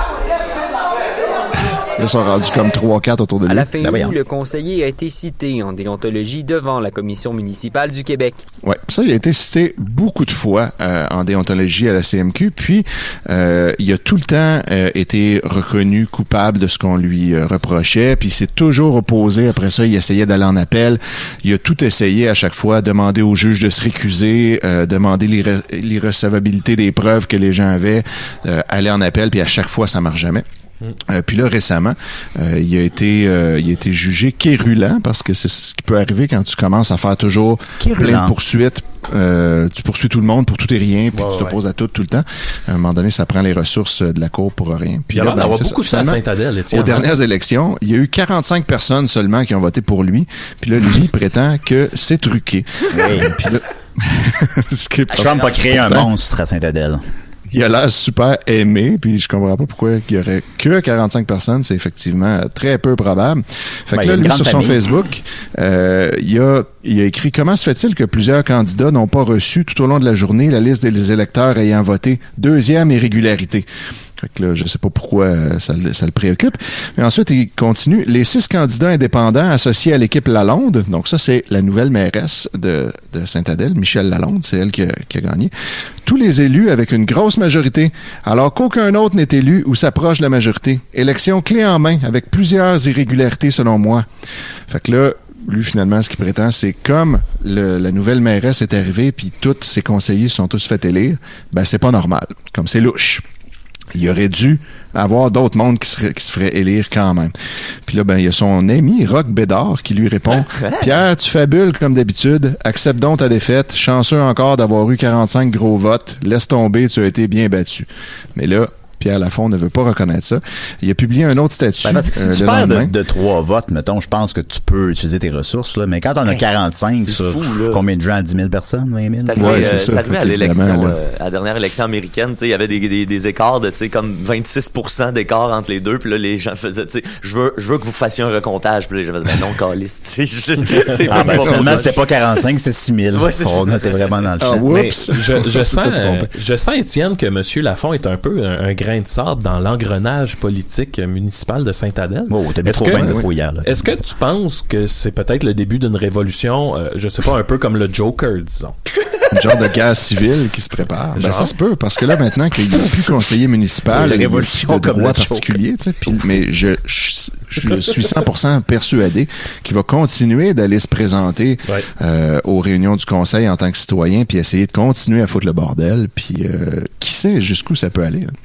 Ils sont rendus comme trois quatre autour de lui. À la fin ben août, le conseiller a été cité en déontologie devant la Commission municipale du Québec. Oui, ça, il a été cité beaucoup de fois euh, en déontologie à la C M Q, puis euh, il a tout le temps euh, été reconnu coupable de ce qu'on lui euh, reprochait, puis il s'est toujours opposé. Après ça, il essayait d'aller en appel. Il a tout essayé à chaque fois, demander au juge de se récuser, euh, demander l'irre- l'irrecevabilité des preuves que les gens avaient, euh, aller en appel, puis à chaque fois, ça marche jamais. Euh, puis là, récemment, euh, il a été euh, il a été jugé quérulant parce que c'est ce qui peut arriver quand tu commences à faire toujours quérulant. Plein de poursuites. Euh, tu poursuis tout le monde pour tout et rien, puis ouais, tu t'opposes ouais. à tout tout le temps. À un moment donné, ça prend les ressources de la cour pour rien. Puis il y a beaucoup de ça à Saint-Adèle, Étienne. Aux dernières élections, il y a eu quarante-cinq personnes seulement qui ont voté pour lui. Puis là, lui prétend que c'est truqué. Oui. Puis là... Trump a créé un monstre à Saint-Adèle. Il a l'air super aimé, puis je comprends pas pourquoi il y aurait que quarante-cinq personnes, c'est effectivement très peu probable. Fait que ben, là, lui, sur son famille. Facebook, euh, il, a, il a écrit « Comment se fait-il que plusieurs candidats n'ont pas reçu tout au long de la journée la liste des électeurs ayant voté? Deuxième irrégularité. » Fait que là, je sais pas pourquoi ça, ça le préoccupe. Mais ensuite, il continue. Les six candidats indépendants associés à l'équipe Lalonde, donc ça, c'est la nouvelle mairesse de, de Saint-Adèle, Michèle Lalonde, c'est elle qui a, qui a gagné. Tous les élus avec une grosse majorité, alors qu'aucun autre n'est élu ou s'approche de la majorité. Élection clé en main, avec plusieurs irrégularités selon moi. Fait que là, lui, finalement, ce qu'il prétend, c'est comme le, la nouvelle mairesse est arrivée puis tous ses conseillers se sont tous fait élire, ben c'est pas normal. Comme c'est louche. Il aurait dû avoir d'autres mondes qui, seraient, qui se feraient élire quand même. Puis là, ben, il y a son ami Roch Bédard qui lui répond « Pierre, tu fabules comme d'habitude. Accepte donc ta défaite. Chanceux encore d'avoir eu quarante-cinq gros votes. Laisse tomber, tu as été bien battu. » Mais là, Pierre Lafont ne veut pas reconnaître ça. Il a publié un autre statut. Ben parce que si euh, tu perds de, de trois votes, mettons, je pense que tu peux utiliser tes ressources, là. Mais quand on a quarante-cinq sur fou, combien de gens? dix mille personnes? vingt mille? C'est arrivé, ouais, c'est euh, c'est arrivé à l'élection, euh, à la dernière élection américaine, il y avait des, des, des écarts de, tu sais, comme vingt-six pour cent d'écart entre les deux, puis là, les gens faisaient, tu sais, je veux, je veux que vous fassiez un recomptage, puis là, j'avais dit, ben non, caliste, tu sais. Ah, ben, finalement, c'était pas quarante-cinq, c'est six mille. Ouais, c'est on était vraiment dans le champ. Ah, oups! Je, je sens, euh, je sens, Étienne, que M. Lafont est un peu un, un grain de sable dans l'engrenage politique municipal de Saint-Adèle. Oh, t'as bien trop bien de trop hier, là. Est-ce que tu penses que c'est peut-être le début d'une révolution, euh, je sais pas, un peu comme le Joker, disons? Un genre de guerre civile qui se prépare. Ben, ça se peut, parce que là, maintenant qu'il n'y a plus conseiller municipal, la révolution de droit particulier, tu sais, puis, mais je, je, je suis cent pour cent persuadé qu'il va continuer d'aller se présenter ouais. euh, aux réunions du conseil en tant que citoyen, puis essayer de continuer à foutre le bordel, puis euh, qui sait jusqu'où ça peut aller. Hein.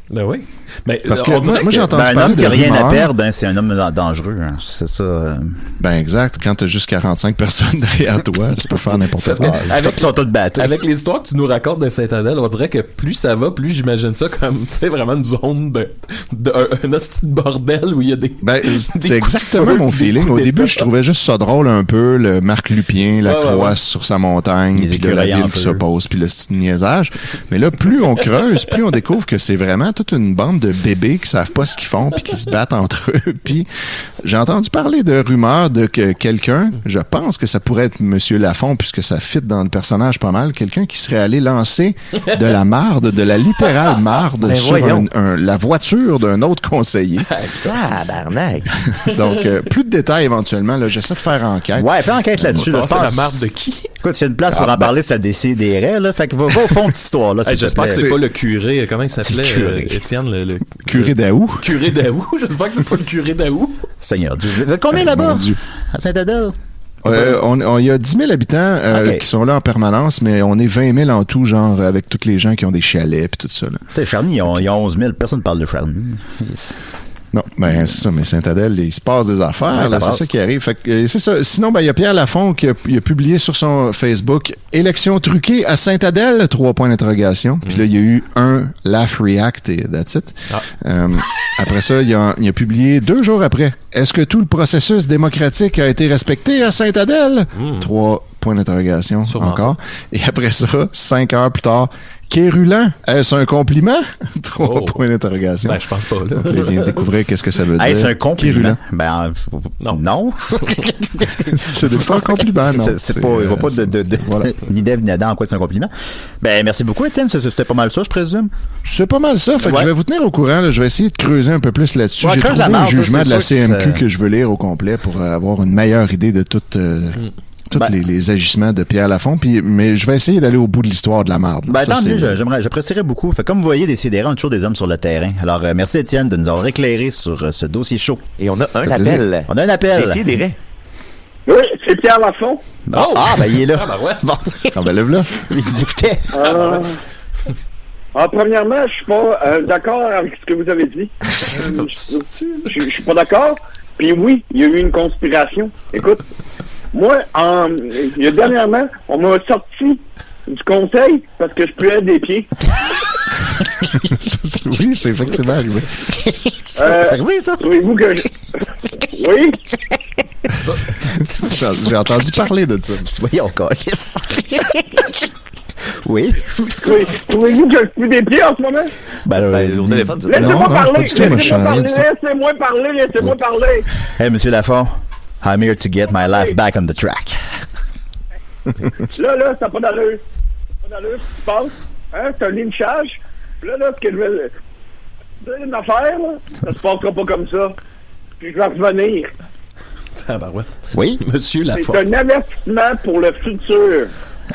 Ben oui. Ben, Parce que on moi, dirait moi, j'ai que- entendu Ben, un parler homme qui de a rien à rumeurs. perdre, hein, c'est un homme dan- dangereux. Hein. C'est ça. euh. Ben exact. Quand t'as juste quarante-cinq personnes derrière toi, tu peux faire n'importe Parce quoi. que Avec, ils sont tous battus. Avec les histoires que tu nous racontes de Saint-Adèle, on dirait que plus ça va, plus j'imagine ça comme, tu sais, vraiment une zone de, de un, un hostie de bordel où il y a des. Ben, des c'est coups de exactement feu, mon des feeling. coups Au début, d'état. je trouvais juste ça drôle un peu, le Marc Lupien, la Ouais, ouais, croix ouais. sur sa montagne, Les puis de la écureuils en ville qui feu. s'oppose, puis le petit niaisage. Mais là, plus on creuse, plus on découvre que c'est vraiment toute une bande de bébés qui savent pas ce qu'ils font, puis qui se battent entre eux. Puis j'ai entendu parler de rumeurs de que quelqu'un, je pense que ça pourrait être Monsieur Lafont, puisque ça fit dans le personnage pas mal, quelqu'un qui serait allé lancer de la marde, de la littérale marde Ben sur un, voyons. un- la voiture d'un autre conseiller. Tabarnak. Donc, euh, plus de détails éventuellement. Là, j'essaie de faire enquête. Ouais, fais enquête là-dessus. Ça, là, je c'est la pense. marde de qui? Écoute, s'il y a une place pour Ah, en ben- parler, ça déciderait, là. Fait que va, va au fond de cette histoire-là, s'il Hey, te j'espère plaît. que c'est pas le curé, comment il s'appelait, C'est le curé. euh, Étienne, le, le Curé d'Aou. curé d'Aou. J'espère que c'est pas le curé d'Aou. Seigneur Dieu. Vous êtes combien Mon là-bas? Dieu. À Saint-Adèle? Euh, on, on- il y a dix mille habitants euh, Ok. qui sont là en permanence, mais on est vingt mille en tout, genre, avec tous les gens qui ont des chalets et tout ça. Là. Tu sais, Charny, ils ont, ils ont onze mille. Personne ne parle de Charny. Non, ben c'est ça, mais Saint-Adèle, il se passe des affaires, Ouais, ça là, c'est passe. ça qui arrive. Fait que, euh, c'est ça. Sinon, ben il y a Pierre Lafont qui a, il a publié sur son Facebook « Élection truquée à Saint-Adèle », trois points d'interrogation. Puis là, il y a eu un laugh react et that's it. Ah. Euh, après ça, il a, il a publié deux jours après « Est-ce que tout le processus démocratique a été respecté à Saint-Adèle? Mm. Trois points d'interrogation Sûrement encore. Et après ça, cinq heures plus tard, Kérulant, est-ce un compliment? Trois Oh. points d'interrogation. Ben, je pense pas, là. Donc, il vient de découvrir qu'est-ce que ça veut dire. Hey, c'est un compliment. Kérulant. Ben, euh, Non. non. C'est pas un compliment, non. C'est, c'est pas, il va euh, pas de, de, de voilà. ni d'Ève ni d'Adam en quoi c'est un compliment. Ben, merci beaucoup, Étienne. Ça, C'était pas mal ça, je présume. C'est pas mal ça. Fait que Ouais. je vais vous tenir au courant. Là. Je vais essayer de creuser un peu plus là-dessus. Ouais, J'ai creuse trouvé la un marde, ça, jugement c'est de la sûr C M Q que c'est- que je veux lire au complet pour euh, avoir une meilleure idée de tout, euh, tous Ben- les, les agissements de Pierre Lafont. Puis, mais je vais essayer d'aller au bout de l'histoire de la marde. là. Ben, Ça, tant c'est- mieux, je- j'aimerais, j'apprécierais beaucoup. Fait, comme vous voyez, Décidérez, on est toujours des hommes sur le terrain. Alors, euh, merci, Étienne, de nous avoir éclairé sur euh, ce dossier chaud. Et on a un fait appel. On a un appel. Décidérez. Oui, c'est Pierre Lafont. Bon. Ah, ben, il est là. Ah, ben ouais. Bon. Ah ben, lève là. Il nous écoutait. Euh, ah, premièrement, je suis pas euh, d'accord avec ce que vous avez dit. Euh, je je- je suis pas d'accord. Puis oui, il y a eu une conspiration. Écoute, moi, en, il y a dernièrement, on m'a sorti du conseil parce que je puais des pieds. Oui, c'est effectivement arrivé. Euh, C'est arrivé, ça? Trouvez-vous que je... Oui? J'ai j'ai entendu parler de ça. Voyons, câlisse. Oui. Oui. Trouvez-vous que je pue des pieds en ce moment? Ben, là, Ben, au dis- téléphone, c'est Laissez-moi non, pas parler! du tout, moi, je suis Laissez-moi en parler! rien de ça. Laissez-moi parler! Laissez-moi parler! Hey, Monsieur Lafont, I'm here to get my life back on the track. Là, là, ça n'a pas d'allure. Ça n'a pas d'allure ce qui se passe. Hein? C'est un lynchage. Puis là, là, ce que je vais... C'est une affaire, là. Ça se passera pas comme ça. Puis je vais revenir. Ah, ben ouais. Oui? Monsieur Lafont. C'est un avertissement pour le futur.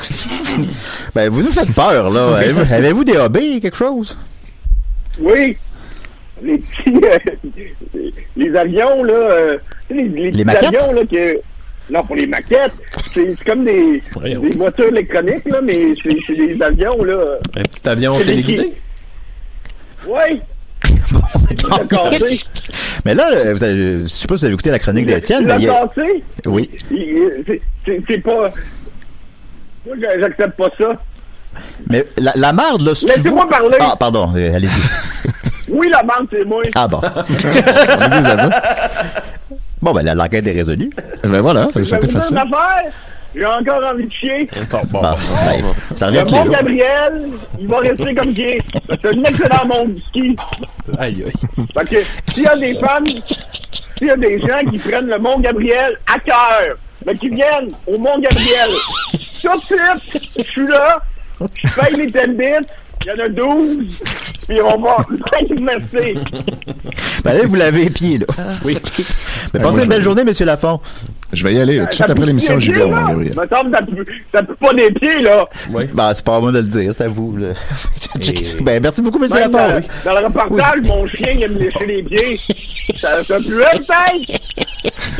Ben, vous nous faites peur, là. Avez-vous, avez-vous des hobbies, quelque chose? Oui. Les petits... euh, les avions, là... euh, les, les, petits maquettes? avions, là, que... Non, pour les maquettes. C'est c'est comme des, Voyons. des voitures électroniques, là, mais c'est c'est des avions, là. Un petit avion C'est des- téléguidé. Oui. Tu l'as cassé. Mais là, euh, vous avez, je sais pas si vous avez écouté la chronique d'Étienne, Tu mais l'as il y a... cassé? Oui. Il- c'est- C'est c'est pas... Moi, j'a- j'accepte pas ça. Mais la, la marde, là, c'est Laissez-moi parler. Ah, pardon, euh, allez-y. Oui, la bande, c'est moi. Ah bon. On est des aveux. Bon, ben, la- l'enquête est résolue. Ben voilà, Je vais c'était vous dire facile. une affaire. J'ai encore envie de chier. Bon, bon, Bon, ben, ça revient Le tous les Mont jours. Gabriel, il va rester comme qui est. C'est un excellent monde du ski. aïe, aïe. Fait que s'il y a des femmes, s'il y a des gens qui prennent le Mont Gabriel à cœur, mais qui viennent au Mont Gabriel, tout de suite, je suis là, je paye les ten bits, il y en a douze, puis on va... Merci. Ben, là, vous l'avez épié, là. Oui. Mais Ben, passez moi, une belle je- journée, Monsieur Lafont. Je vais y aller. Tout de suite Ça après pue l'émission, des j'y vais pieds, au là. Mont-Gabriel. Me semble que ça pue, ça pue pas des pieds, là. Oui. Ben, c'est pas à moi de le dire, c'est à vous. Là. Ben, merci beaucoup, Monsieur Même Lafont. dans, Oui. dans le reportage, mon chien, il aime lécher les pieds. Ça, ça pue, peut-être.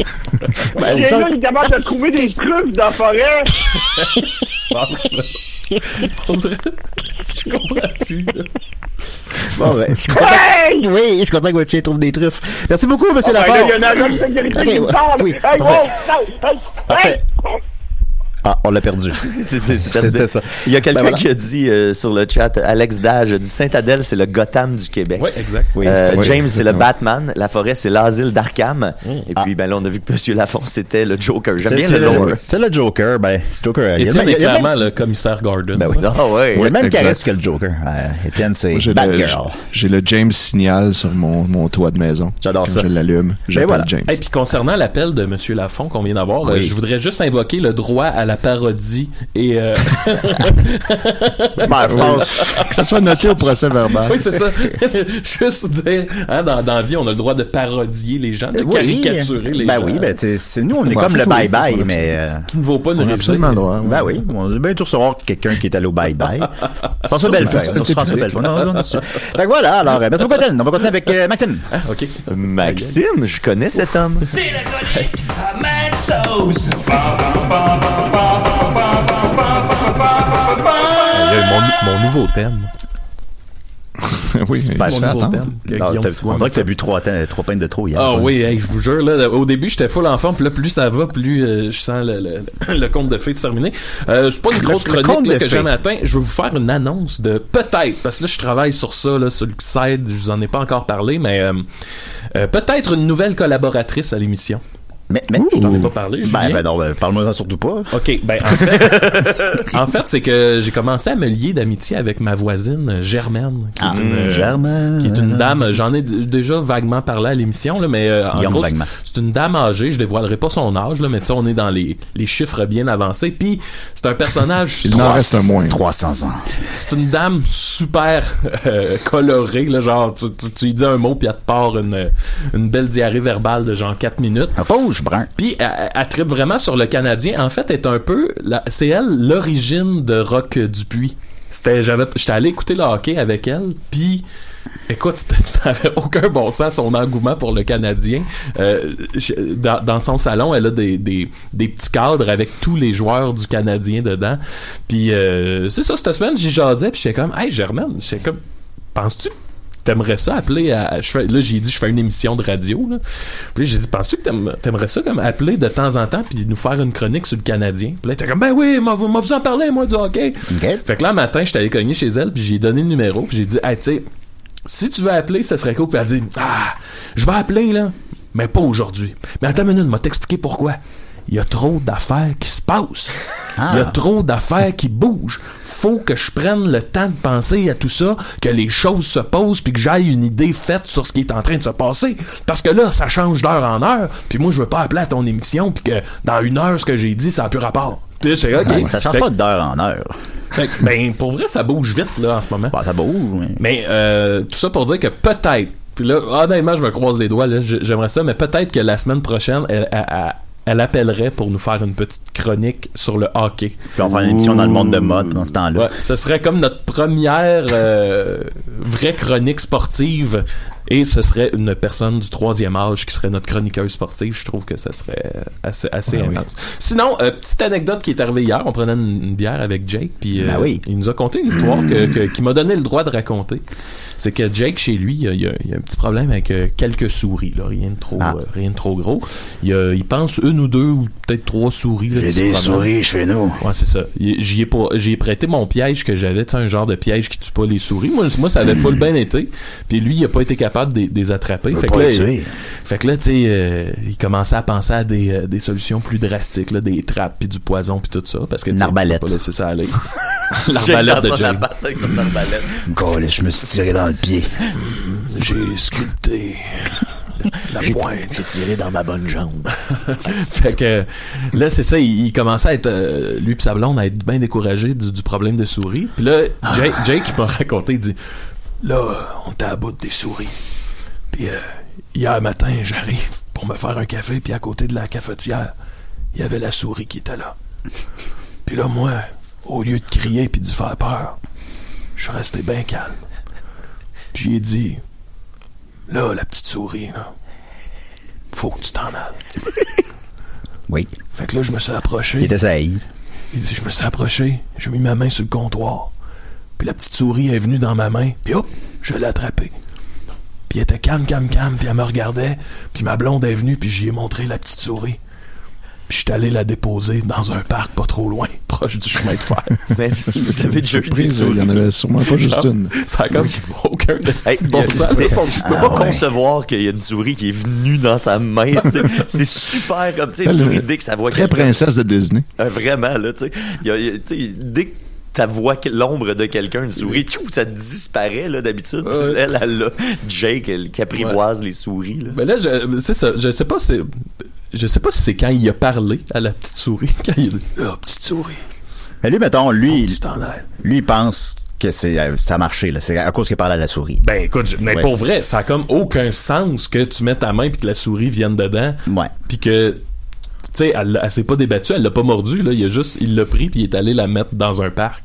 Ben, il me Le chien, semble- là, il est capable de trouver des trucs dans la forêt. On dirait... Je comprends plus, là. Bon, ben, je suis content. Hey! Oui, je suis content que votre chien trouve des truffes. Merci beaucoup, monsieur Oh, ben, Lafort. là, il y a un agent de sécurité Ok, qui me ouais. parle. Oui, Hey, parfait. wow, hey, hey, Parfait. Ah, on l'a perdu. C'était, c'était, C'était ça. Il y a quelqu'un Ben voilà. qui a dit euh, sur le chat, Alex Dage a dit Saint-Adèle, c'est le Gotham du Québec. Oui, exact. Oui, Euh, c'est pas- James, oui, c'est le exactement. Batman. La forêt, c'est l'asile d'Arkham. Mm. Et puis, ben là, on a vu que M. Lafont, c'était le Joker. J'aime C'est, bien c'est le lore. le, c'est le Joker. Ben, Joker. il y a Étienne même- est il y a même- clairement le commissaire Gordon. Ben oui. Ah ouais. Il y a le même exact. charisme que le Joker. Euh, Étienne, c'est Moi, j'ai, le, Batgirl. j'ai le James Signal sur mon, mon toit de maison. J'adore Quand ça. je l'allume, j'appelle voilà. James. Et puis concernant l'appel de M. Lafont qu'on vient d'avoir, Oui. euh, je voudrais juste invoquer le droit à la parodie et euh, Ben, je pense. Que ça soit noté au procès verbal. oui, c'est ça. Juste dire, hein, dans, dans la vie, on a le droit de parodier les gens, de Oui. caricaturer les Ben gens. oui, ben, c'est, c'est nous, on est Ben, comme en fait, le oui. bye-bye, On a- mais. euh, Qui ne vaut pas On nous a réviser. absolument le droit. ouais. Ben oui, on a bien tout recevoir quelqu'un qui est allé au bye-bye. François Bellefeuille. On reçoit François Bellefeuille. Non, non, non, c'est- Fait que voilà, alors, euh, merci beaucoup, Étienne. On va continuer avec euh, Maxime. Ah, OK. Maxime, je connais cet homme. C'est la chronique à Mad Sauce. Il y a mon, mon nouveau thème. oui, mais Ben, je mon fais nouveau attendre. thème. que Non, Guillaume t'as- Sigouin on dirait m'a que t'as fait. bu trois, temps- trois pintes de trop hier. Ah toi. oui, hey, je vous jure, là, au début, j'étais full enfant, puis là, plus ça va, plus euh, je sens le, le, le conte de fées se terminer. Euh, c'est pas une grosse Le- le chronique conte là, de que fées. j'ai matin. Je vais vous faire une annonce de peut-être, parce que là, je travaille sur ça, là, sur le site, je vous en ai pas encore parlé, mais euh, euh, peut-être une nouvelle collaboratrice à l'émission. Mais, mais, Je t'en ai pas parlé, ben, Julien. ben non, ben, parle-moi surtout pas. OK, ben en fait, en fait, c'est que j'ai commencé à me lier d'amitié avec ma voisine Germaine, qui est Ah, une, euh, Germaine. qui est une dame. J'en ai d- déjà vaguement parlé à l'émission là, mais euh, en Guillaume gros, vaguement. c'est une dame âgée. Je dévoilerai pas son âge là, mais tu sais, on est dans les les chiffres bien avancés. Puis c'est un personnage. Il en reste un moins. trois cents ans. C'est une dame super euh, colorée là, genre tu, tu, tu lui dis un mot puis elle te part une une belle diarrhée verbale de genre quatre minutes. Un rouge brun. Puis elle, elle trippe vraiment sur le Canadien. En fait, elle est un peu, la- c'est elle l'origine de Roch Dupuis. C'était, j'avais, j'étais allé écouter le hockey avec elle, puis écoute, c'était- ça avait aucun bon sens son engouement pour le Canadien. Euh, je- dans, dans son salon, elle a des, des, des petits cadres avec tous les joueurs du Canadien dedans. Puis euh, c'est ça, cette semaine, j'y jasais, puis j'étais comme, hey Germaine, j'étais comme, penses-tu t'aimerais ça appeler à, je fais, là j'ai dit je fais une émission de radio là. Puis j'ai dit penses-tu que t'aimes- t'aimerais ça comme appeler de temps en temps puis nous faire une chronique sur le Canadien. Puis là t'es comme ben oui moi moi vous en parler moi du hockey. Okay. Fait que là un matin j'étais allé cogner chez elle puis j'ai donné le numéro puis j'ai dit hey tu sais si tu veux appeler ça serait cool. Puis elle a dit ah je vais appeler là mais pas aujourd'hui. Mais attends une minute m'a t'expliquer pourquoi. Il y a trop d'affaires qui se passent. Ah. Il y a trop d'affaires qui bougent. Faut que je prenne le temps de penser à tout ça, que les choses se posent, puis que j'aille une idée faite sur ce qui est en train de se passer. Parce que là, ça change d'heure en heure, puis moi, je veux pas appeler à ton émission, puis que dans une heure, ce que j'ai dit, ça a plus rapport. Puis là, c'est OK. Ouais, ça change Fait pas que- d'heure en heure. fait que, ben, pour vrai, ça bouge vite, là, en ce moment. Bah, ça bouge. Mais... Mais euh, tout ça pour dire que peut-être, puis là, honnêtement, je me croise les doigts, là, j'aimerais ça, mais peut-être que la semaine prochaine, elle, elle, elle, elle appellerait pour nous faire une petite chronique sur le hockey. Puis on va faire une émission dans le monde de mode dans ce temps-là. Ouais, ce serait comme notre première euh, vraie chronique sportive. Et ce serait une personne du troisième âge qui serait notre chroniqueuse sportive. Je trouve que ça serait assez, assez Ah, intense. Oui. Sinon, euh, petite anecdote qui est arrivée hier. On prenait une, une bière avec Jake. Puis euh, ben oui. il nous a conté une histoire que, que, qui m'a donné le droit de raconter. C'est que Jake, chez lui, il y a, il y a, il y a un petit problème avec euh, quelques souris. Là, rien, de trop, ah. euh, rien de trop gros. Il, y a, il pense une ou deux ou peut-être trois souris. Là, J'ai des souris chez nous. Ouais, c'est ça. J'y ai, pas, j'y ai prêté mon piège que j'avais. Tu sais, un genre de piège qui tue pas les souris. Moi, moi ça avait full bien été. Puis lui, il a pas été capable de, de les attraper. Fait que, là, il, fait que là, tu sais, euh, il commençait à penser à des, euh, des solutions plus drastiques, là, des trappes, puis du poison, puis tout ça. Parce que une arbalète. Pas laisser ça aller. L'arbalète de Jake. Golly, je me suis tiré dans le pied. J'ai sculpté la pointe. J'ai tiré dans ma bonne jambe. Fait que là, c'est ça, il, il commençait à être, euh, lui pis sa blonde, à être bien découragé du, du problème de souris. Puis là, Jake, Jake il m'a raconté, il dit, là, on t'a à bout des souris. Puis euh, hier matin, j'arrive pour me faire un café, puis à côté de la cafetière, il y avait la souris qui était là. Puis là, moi, au lieu de crier puis d'y faire peur, je suis resté bien calme. Puis j'ai dit, là, la petite souris, là, faut que tu t'en ailles. Oui. Fait que là, je me suis approché. Il était sailli. Il dit, je me suis approché, j'ai mis ma main sur le comptoir. Puis la petite souris est venue dans ma main, puis hop, je l'ai attrapée. Puis elle était calme, calme, calme, puis elle me regardait, puis ma blonde est venue, puis j'y ai montré la petite souris. Puis je suis allé la déposer dans un parc pas trop loin, proche du chemin de fer. Même si vous avez déjà eu des Surprise, il y en avait sûrement pas juste Genre, une. Ça a comme aucun Hey, de bon y a- sens. c'est- son Je histoire. peux pas Ah ouais. concevoir qu'il y a une souris qui est venue dans sa main. tu sais. C'est super comme, tu sais, une Elle, souris, euh, dès que ça voit Très quelqu'un. princesse de Disney. Euh, vraiment, là, tu sais. Il y a- il y a- tu sais, dès que tu vois que l'ombre de quelqu'un, une souris, tchou, ça disparaît, là, d'habitude. Ouais. Elle, elle a Jake, elle, qui apprivoise les souris, là. Mais là, je, c'est ça, je sais pas si c'est, je sais pas si c'est quand il a parlé à la petite souris, quand il a dit, ah, petite souris. Mais lui, mettons, lui, tu t'en ailles. lui, il pense que c'est, euh, ça a marché, là. C'est à cause qu'il parle à la souris. Ben écoute, je- mais Ouais. pour vrai, ça a comme aucun sens que tu mets ta main puis que la souris vienne dedans. Ouais. Puis que, tu sais, elle, elle s'est pas débattue, elle l'a pas mordu, là. Il a juste, il l'a pris puis il est allé la mettre dans un parc.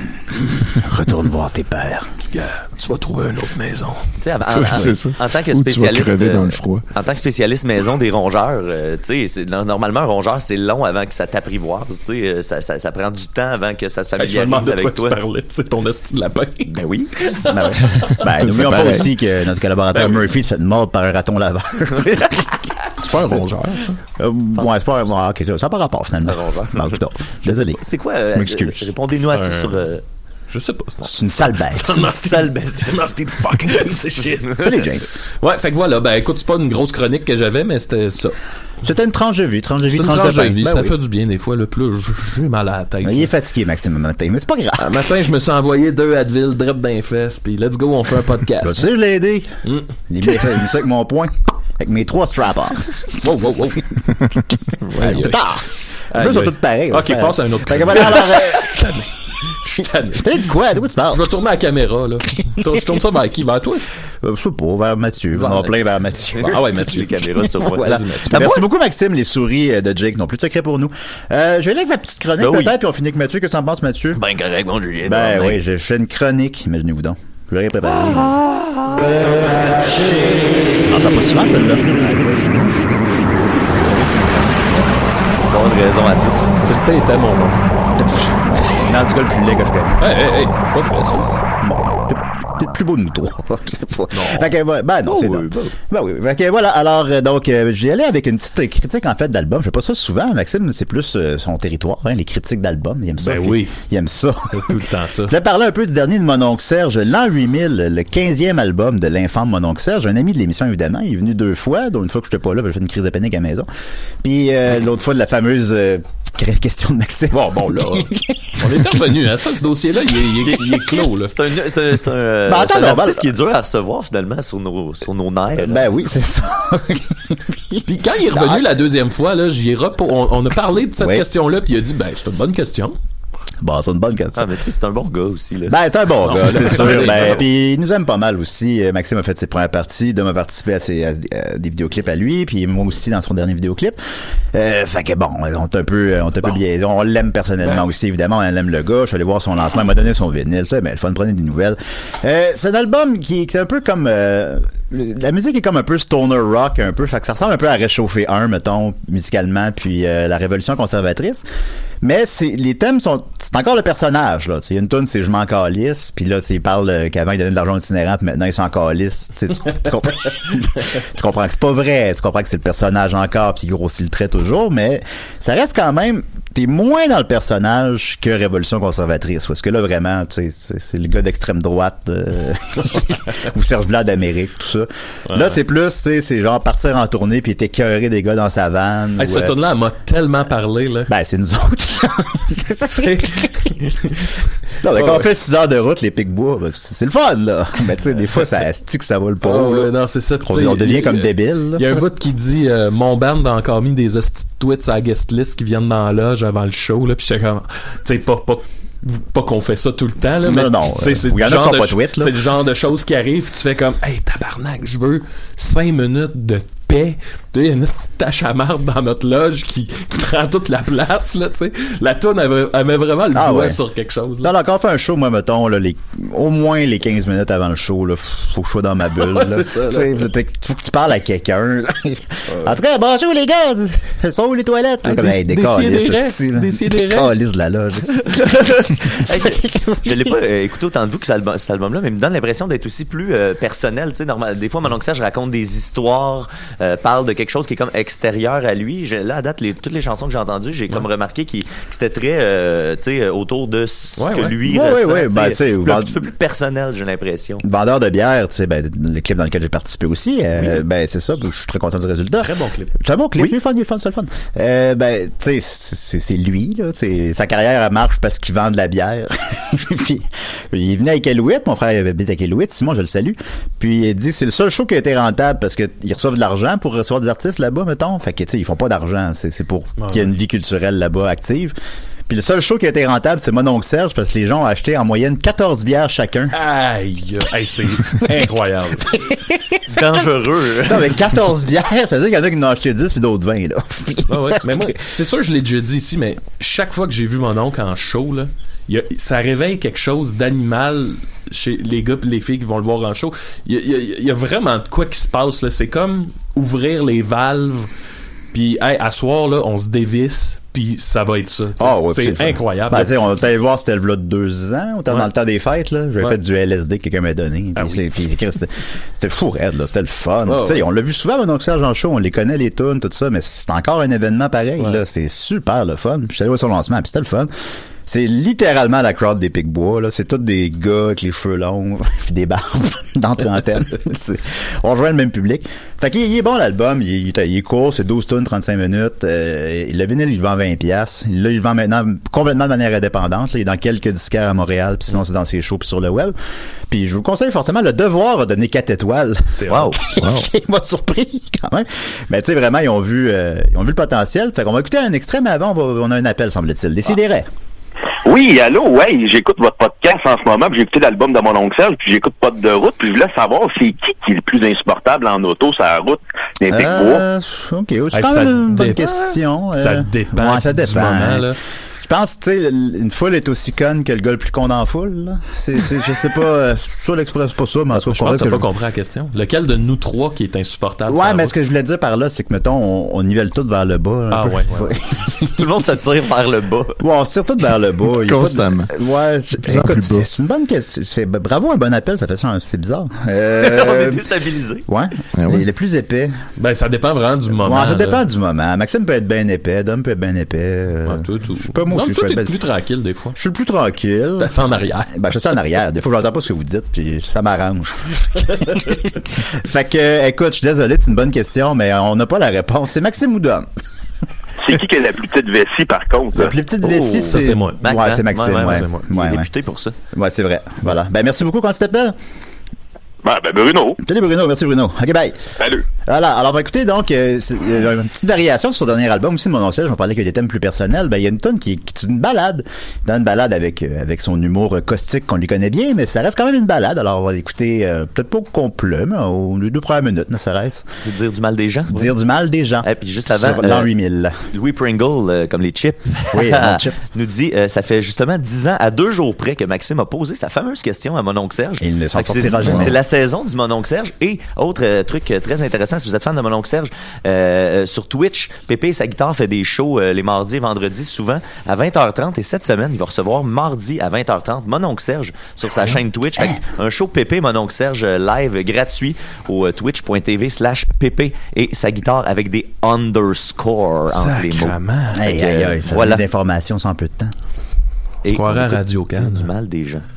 Retourne voir tes pères. Gars, tu vas trouver une autre maison. Tu sais, en, en- Ouais, c'est ça. en tant que Ou tu vas spécialiste, crever dans euh, le froid. en tant que spécialiste maison des rongeurs, euh, tu sais, c'est- no- normalement un rongeur c'est long avant que ça t'apprivoise, tu sais, euh, ça, ça, ça prend du temps avant que ça se Hey, je me familiarise demandais de quoi avec tu toi. parlais. C'est ton esti de lapin. Ben oui. Ben, ouais. ben n'oublions pas pareil. aussi que notre collaborateur Ben oui. Murphy se fait mordre par un raton laveur. C'est pas un rongeur, ça. Euh, ouais, c'est pas un. ouais, ok, ça n'a pas rapport finalement. Un rongeur. Bon, putain, désolé. C'est quoi euh, Je m'excuse. euh, Répondez-nous à ça Un- sur euh, Je sais pas. c'est non. C'est une sale bête. C'est un nasty- sale bestiole. un nasty fucking piece of shit. Salut, James. Ouais, fait que voilà, ben écoute, c'est pas une grosse chronique que j'avais, mais c'était ça. C'était une tranche de vie, tranche de vie, C'est une tranche tranche de de pain. vie, Ben ça oui. fait du bien des fois, le plus j'ai mal à la tête. Il est fatigué, Maxime, le matin, mais c'est pas grave. Un matin, je me suis envoyé deux Advil, drip d'un fesse, puis let's go, on fait un podcast. Tu sais, je l'ai aidé. Mm. Il a mis ça il a mis ça avec mon poing, avec mes trois strap-ons. Wow, wow, wow. Aïe, aïe. Tard. Aïe, Là, ils sont aïe. tous pareils. Ok, ça- passe à un autre Fait que chronique. voilà, alors, euh, Je suis tanné. T'as dit de quoi? De quoi tu parles? Je vais tourner la caméra, là. Je tourne- je tourne ça vers qui? Vers toi? Euh, je sais pas, vers Mathieu. Vers On en Mathieu. plein vers Mathieu. Ah ouais, Mathieu. les caméras sur moi. Voilà. Vas-y, Mathieu. Ben, merci beaucoup, Maxime. Les souris euh, de Jake n'ont plus de secret pour nous. Euh, je vais aller avec ma petite chronique, Ben oui. peut-être, puis on finit avec Mathieu. Qu'est-ce que t'en penses, Mathieu? Ben correct, mon Julien. Ben oui, j'ai fait une chronique, imaginez-vous donc. Je l'aurais préparé. On n'entend pas souvent, celle-là. Bonne raison à ça. C'est le P était mon nom. Non, du cas, le plus laid que je connais. Hey, hey, hey, pas de pression. Bon, t'es- t'es le plus beau de nous trois. C'est pas... Fait que, ouais, ben non, Oh, c'est oui, donc. ben. Ben oui. Fait que voilà, alors, euh, donc, euh, j'ai allé avec une petite critique, en fait, d'album. Je fais pas ça souvent, Maxime, c'est plus euh, son territoire, hein, les critiques d'album. Il aime ça. Ben Puis, oui. Il aime ça. C'est tout le temps ça. Je vais parler un peu du dernier de mon oncle Serge, l'an huit mille, le quinzième album de l'infâme mon oncle Serge, un ami de l'émission évidemment, il est venu deux fois, dont une fois que j'étais pas là, j'ai fait une crise de panique à la maison. Puis euh, l'autre fois de la fameuse euh, question de Maxime. Bon, bon, là. On est revenu, hein. Ça, ce dossier-là, il est, il est, il est clos, là. C'est un, c'est, c'est un, euh, Ben, attends, c'est un normal. artiste qui est dur à recevoir finalement sur nos, sur nos nerfs. Ben oui, c'est ça. Puis quand il est revenu la deuxième fois, là, j'y ai repo- on, on a parlé de cette Oui. question-là, puis il a dit, ben, c'est une bonne question. Bon, c'est une bonne question. Ah, mais tu sais, c'est un bon gars aussi, là. Ben, c'est un bon Non, gars, c'est c'est sûr. un Ben, gars. puis il nous aime pas mal aussi. Euh, Maxime a fait ses premières parties, Dom a participé à, ses, à, à des vidéoclips à lui, puis moi aussi dans son dernier vidéoclip. Euh, fait que bon, on est un peu, on est un peu biaisé. On l'aime personnellement Ben. aussi, évidemment. On aime le gars. Je suis allé voir son lancement. Il m'a donné son vinyle. Ça, ben, le fun, prenez des nouvelles. Euh, c'est un album qui, qui est un peu comme, euh, la musique est comme un peu stoner rock, un peu. Fait que ça ressemble un peu à Réchauffer un, mettons, musicalement, puis euh, la Révolution conservatrice. Mais c'est les thèmes sont c'est encore le personnage là, tu sais, il y a une tune c'est je m'en calisse, puis là tu sais il parle euh, qu'avant il donnait de l'argent aux itinérants, puis maintenant il s'en calisse, tu sais, tu, tu comprends tu comprends que c'est pas vrai, tu comprends que c'est le personnage encore puis il grossit le trait toujours, mais ça reste quand même t'es moins dans le personnage que Révolution conservatrice, parce que là vraiment tu sais c'est, c'est le gars d'extrême droite euh, ou Serge Blanc d'Amérique, tout ça. Ouais. Là c'est plus tu sais c'est genre partir en tournée puis écœurer des gars dans sa vanne. Hey, ou, cette euh, tune-là, elle m'a tellement parlé, là. ben, c'est nous autres. C'est ça. Non, mais quand on fait six heures de route, les pics-bois, ben, c'est c'est le fun, là. Mais tu sais, des fois, ça stick que ça va le pas. Oh, là. ouais, non, c'est ça. On, tu sais, on devient il- comme il- débile. Il y a un bout qui dit euh, mon band a encore mis des hosties de tweets à la guest list qui viennent dans la loge avant le show, là, puis j'étais comme, tu sais, pas, pas, pas qu'on fait ça tout le temps, là, mais Non, non, tu sais, c'est euh, il y en le a qui genre sont de pas ch- tweets, là. c'est le genre de choses qui arrivent, tu fais comme, hey, tabarnak, je veux cinq minutes de épais. Tu sais, il y a une petite tache à marde dans notre loge qui, qui prend toute la place, là, tu sais. La toune, elle, elle met vraiment le ah, doigt ouais. sur quelque chose. Là. Non, quand on fait un show, moi, mettons, là, les, au moins les quinze minutes avant le show, là, faut que je sois dans ma bulle. Ouais, là. c'est ça, là. Faut que tu parles à quelqu'un. Ouais. En tout cas, bonjour les gars! Elles sont où les toilettes? Ah, comme, des, hey, des des calices, des des calices de la loge. Je l'ai pas euh, écouté autant de vous que cet, album, cet album-là, mais il me donne l'impression d'être aussi plus euh, personnel. Tu sais, normal, des fois, mon oncle Serge raconte des histoires, euh, parle de quelque chose qui est comme extérieur à lui. Je, là, à date, les, toutes les chansons que j'ai entendues, j'ai ouais. comme remarqué qu'il, que c'était très, euh, tu sais, autour de ce ouais, que ouais. lui ouais, ressent. Ouais, ouais. Ben, plus, vend... un peu plus personnel, j'ai l'impression. Vendeur de bière, tu sais, ben, le clip dans lequel j'ai participé aussi, euh, oui. ben, c'est ça. Je suis très content du résultat. Très bon clip. Très bon clip. Oui. Il est fun, il est fun, c'est le fun. Euh, ben, tu sais, c'est, c'est lui, là. T'sais, sa carrière, elle marche parce qu'il vend de la bière. Puis, il est venu avec Iqaluit, mon frère habite avec Iqaluit, Simon, je le salue. Puis il dit c'est le seul show qui a été rentable parce qu'ils reçoivent de l'argent pour recevoir des artistes là-bas, mettons. Fait que tu sais, ils font pas d'argent, c'est, c'est pour ah, qu'il y ait une vie culturelle là-bas active. Puis le seul show qui a été rentable, c'est mon oncle Serge, parce que les gens ont acheté en moyenne quatorze bières chacun. Aïe, aïe c'est incroyable. C'est dangereux. Non, mais quatorze bières, ça veut dire qu'il y en a qui en ont acheté dix puis d'autres vingt, là. Ah ouais, mais moi, c'est sûr, je l'ai déjà dit ici, mais chaque fois que j'ai vu mon oncle en show, là, y a, ça réveille quelque chose d'animal chez les gars et les filles qui vont le voir en show. Il y a, y a, y a vraiment de quoi qui se passe, là. C'est comme ouvrir les valves, puis hey, à soir, là, on se dévisse. Puis ça va être ça. Ah ouais, c'est, c'est incroyable. Ben, on est allé voir, c'était le deux ans, on était ouais. dans le temps des fêtes, là. J'avais ouais. fait du L S D que quelqu'un m'a donné. Ah puis oui. c'était, c'était fou raide, là. C'était le fun. Oh, ouais. On l'a vu souvent, mon oncle Serge en show, on les connaît, les tunes, tout ça, mais c'est encore un événement pareil, ouais. là. C'est super le fun. Puis je suis allé voir son lancement, puis c'était le fun. C'est littéralement la crowd des Pic-Bois, là. C'est tous des gars avec les cheveux longs, puis des barbes, dans trentaine. On rejoint le même public. Fait qu'il il est bon, l'album. Il, il, il est court, c'est douze tunes, trente-cinq minutes. Euh, le vinyle, il vend vingt piastres. Là, il le vend maintenant complètement de manière indépendante. Là. Il est dans quelques disquaires à Montréal, puis sinon, c'est dans ses shows, puis sur le web. Puis je vous conseille fortement. Le Devoir a donné quatre étoiles. C'est wow. wow. Ce qui m'a surpris, quand même. Mais tu sais, vraiment, ils ont vu, euh, ils ont vu le potentiel. Fait qu'on va écouter un extrait, mais avant, on, va, on a un appel, semble-t-il. Décidérez. Ah. Oui, allô, ouais, j'écoute votre podcast en ce moment, puis j'ai écouté l'album de mon oncle Serge, puis j'écoute Pas de route, puis je voulais savoir c'est qui qui est le plus insupportable en auto sur la route des euh, ok, c'est hey, quand même une bonne question. Ça euh, dépend. Ouais, ça dépend. Du moment, là. Je pense, tu sais, une foule est aussi conne que le gars le plus con dans la foule, là. C'est, c'est, je sais pas, euh, ça l'express, c'est pas ça, mais en tout cas, je pense que t'as que pas je... compris la question. Lequel de nous trois qui est insupportable? Ouais, mais ce que je voulais dire par là, c'est que, mettons, on, on nivelle tout vers le bas. Ah, ouais, ouais, ouais. Tout le monde se tire vers le bas. Ouais, on se tire tout vers le bas. Constamment. De... Ouais, écoute, c'est, c'est une bonne question. C'est, bravo, un bon appel, ça fait ça, c'est bizarre. Euh... on est déstabilisé. Ouais. Ah, ouais. Le plus épais. Ben, ça dépend vraiment du moment. Ouais, ça dépend là. du moment. Maxime peut être bien épais, Dom peut être bien épais. Euh... Ouais, tout, tout. Je sais pas, moi, non, je toi, suis t'es ben... plus tranquille, des fois. Je suis le plus tranquille. Ben, c'est en arrière. Ben, je suis en arrière. Des fois, je n'entends pas ce que vous dites, puis ça m'arrange. Fait que, écoute, je suis désolé, c'est une bonne question, mais on n'a pas la réponse. C'est Maxime ou Dom? C'est qui qui a la plus petite vessie, par contre? La plus petite vessie, oh, c'est... Ça, c'est moi. Max, ouais, c'est Maxime, ouais. ouais, c'est moi. Il est ouais, réputé ouais. pour ça. Ouais, c'est vrai. Voilà. Ben, merci beaucoup. Comment tu t'appelles? Ben, ben, Bruno. Salut Bruno, merci Bruno. Ok, bye. Salut. Voilà, alors ben, écoutez, donc, euh, c'est, euh, une petite variation sur son dernier album aussi de mon oncle Serge, on parlait qu'il y a des thèmes plus personnels. Ben, il y a une tonne qui, qui est une balade, dans une balade avec euh, avec son humour caustique qu'on lui connaît bien, mais ça reste quand même une balade. Alors, on va l'écouter euh, peut-être pas au complet, mais aux deux premières minutes, ne serait-ce. C'est dire du mal des gens. Dire oui. du mal des gens. Et puis juste avant, sur l'an huit mille. Louis Pringle, euh, comme les chips, oui, chip. nous dit, euh, ça fait justement dix ans à deux jours près que Maxime a posé sa fameuse question à mon oncle Serge. Et il ne s'en sortira jamais. C'est la saison du mon oncle Serge. Et autre euh, truc euh, très intéressant, si vous êtes fan de mon oncle Serge, euh, sur Twitch, Pépé et sa guitare fait des shows euh, les mardis et vendredis, souvent à vingt heures trente. Et cette semaine, il va recevoir mardi à vingt heures trente mon oncle Serge sur sa chaîne Twitch. Fait un show Pépé, mon oncle Serge live gratuit au twitch.tv slash Pépé et sa guitare avec des underscores entre les mots. Aïe, aïe, aïe, ça voilà. d'informations sans peu de temps. Et on à Radio Can. Du mal des gens.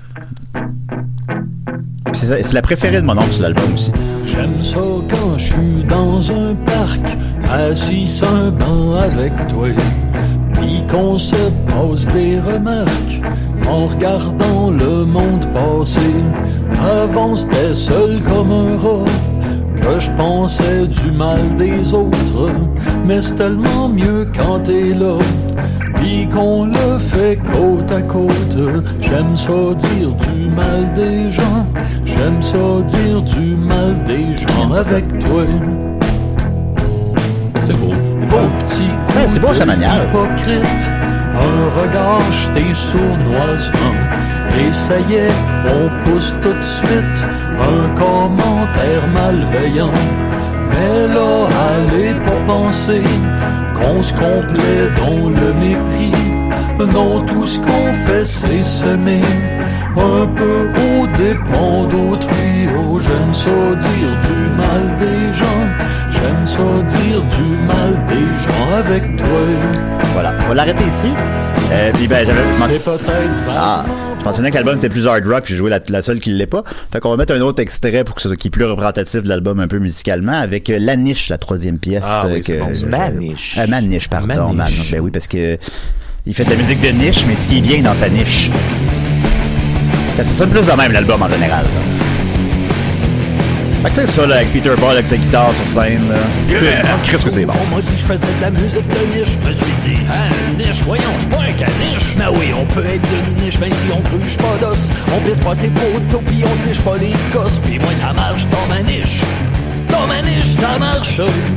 C'est, ça, c'est la préférée de mon oncle sur l'album aussi. J'aime ça quand je suis dans un parc, assis sur un banc avec toi, puis qu'on se pose des remarques en regardant le monde passer. Avant c'était seul comme un rat que je pensais du mal des autres, mais c'est tellement mieux quand t'es là, pis qu'on le fait côte à côte. J'aime ça dire du mal des gens, j'aime ça dire du mal des gens avec toi. petit coup ouais, c'est beau, sa manière. hypocrite, un regard jeté sournoisement. Et ça y est, on pousse tout de suite un commentaire malveillant. Mais là, allez pas penser qu'on se complaît dans le mépris. Non, tout ce qu'on fait, c'est semer un peu au dépens d'autrui. Oh, j'aime ça dire du mal des gens. J'aime ça dire du mal des gens avec toi. Voilà, on va l'arrêter ici. Euh, puis ben, j'avais... C'est peut-être ah, je mentionnais que l'album était plus hard rock, puis j'ai joué la, la seule qui l'est pas. Fait qu'on va mettre un autre extrait pour que ce soit qui est plus représentatif de l'album un peu musicalement, avec euh, La Niche, la troisième pièce. Ah oui, que, c'est bon, ça. Euh, Maniche. Euh, Maniche, pardon. Maniche. Man, ben oui, parce que il fait de la musique de niche, mais qui est bien dans sa niche. Ça sonne plus de même, l'album, en général. Là. Fait que tu sais ça, là, avec Peter Paul avec sa guitare sur scène, là. Yeah! Qu'est-ce que c'est bon. On m'a dit que je faisais de la musique de niche. Je me suis dit, hein, une niche, voyons, je suis pas un caniche. Mais oui, on peut être d'une niche, même si on cruche pas d'os. On pisse pas ses poteaux, pis on sèche pas les gosses. Pis moi, ça marche dans ma niche. Dans ma niche, ça marche.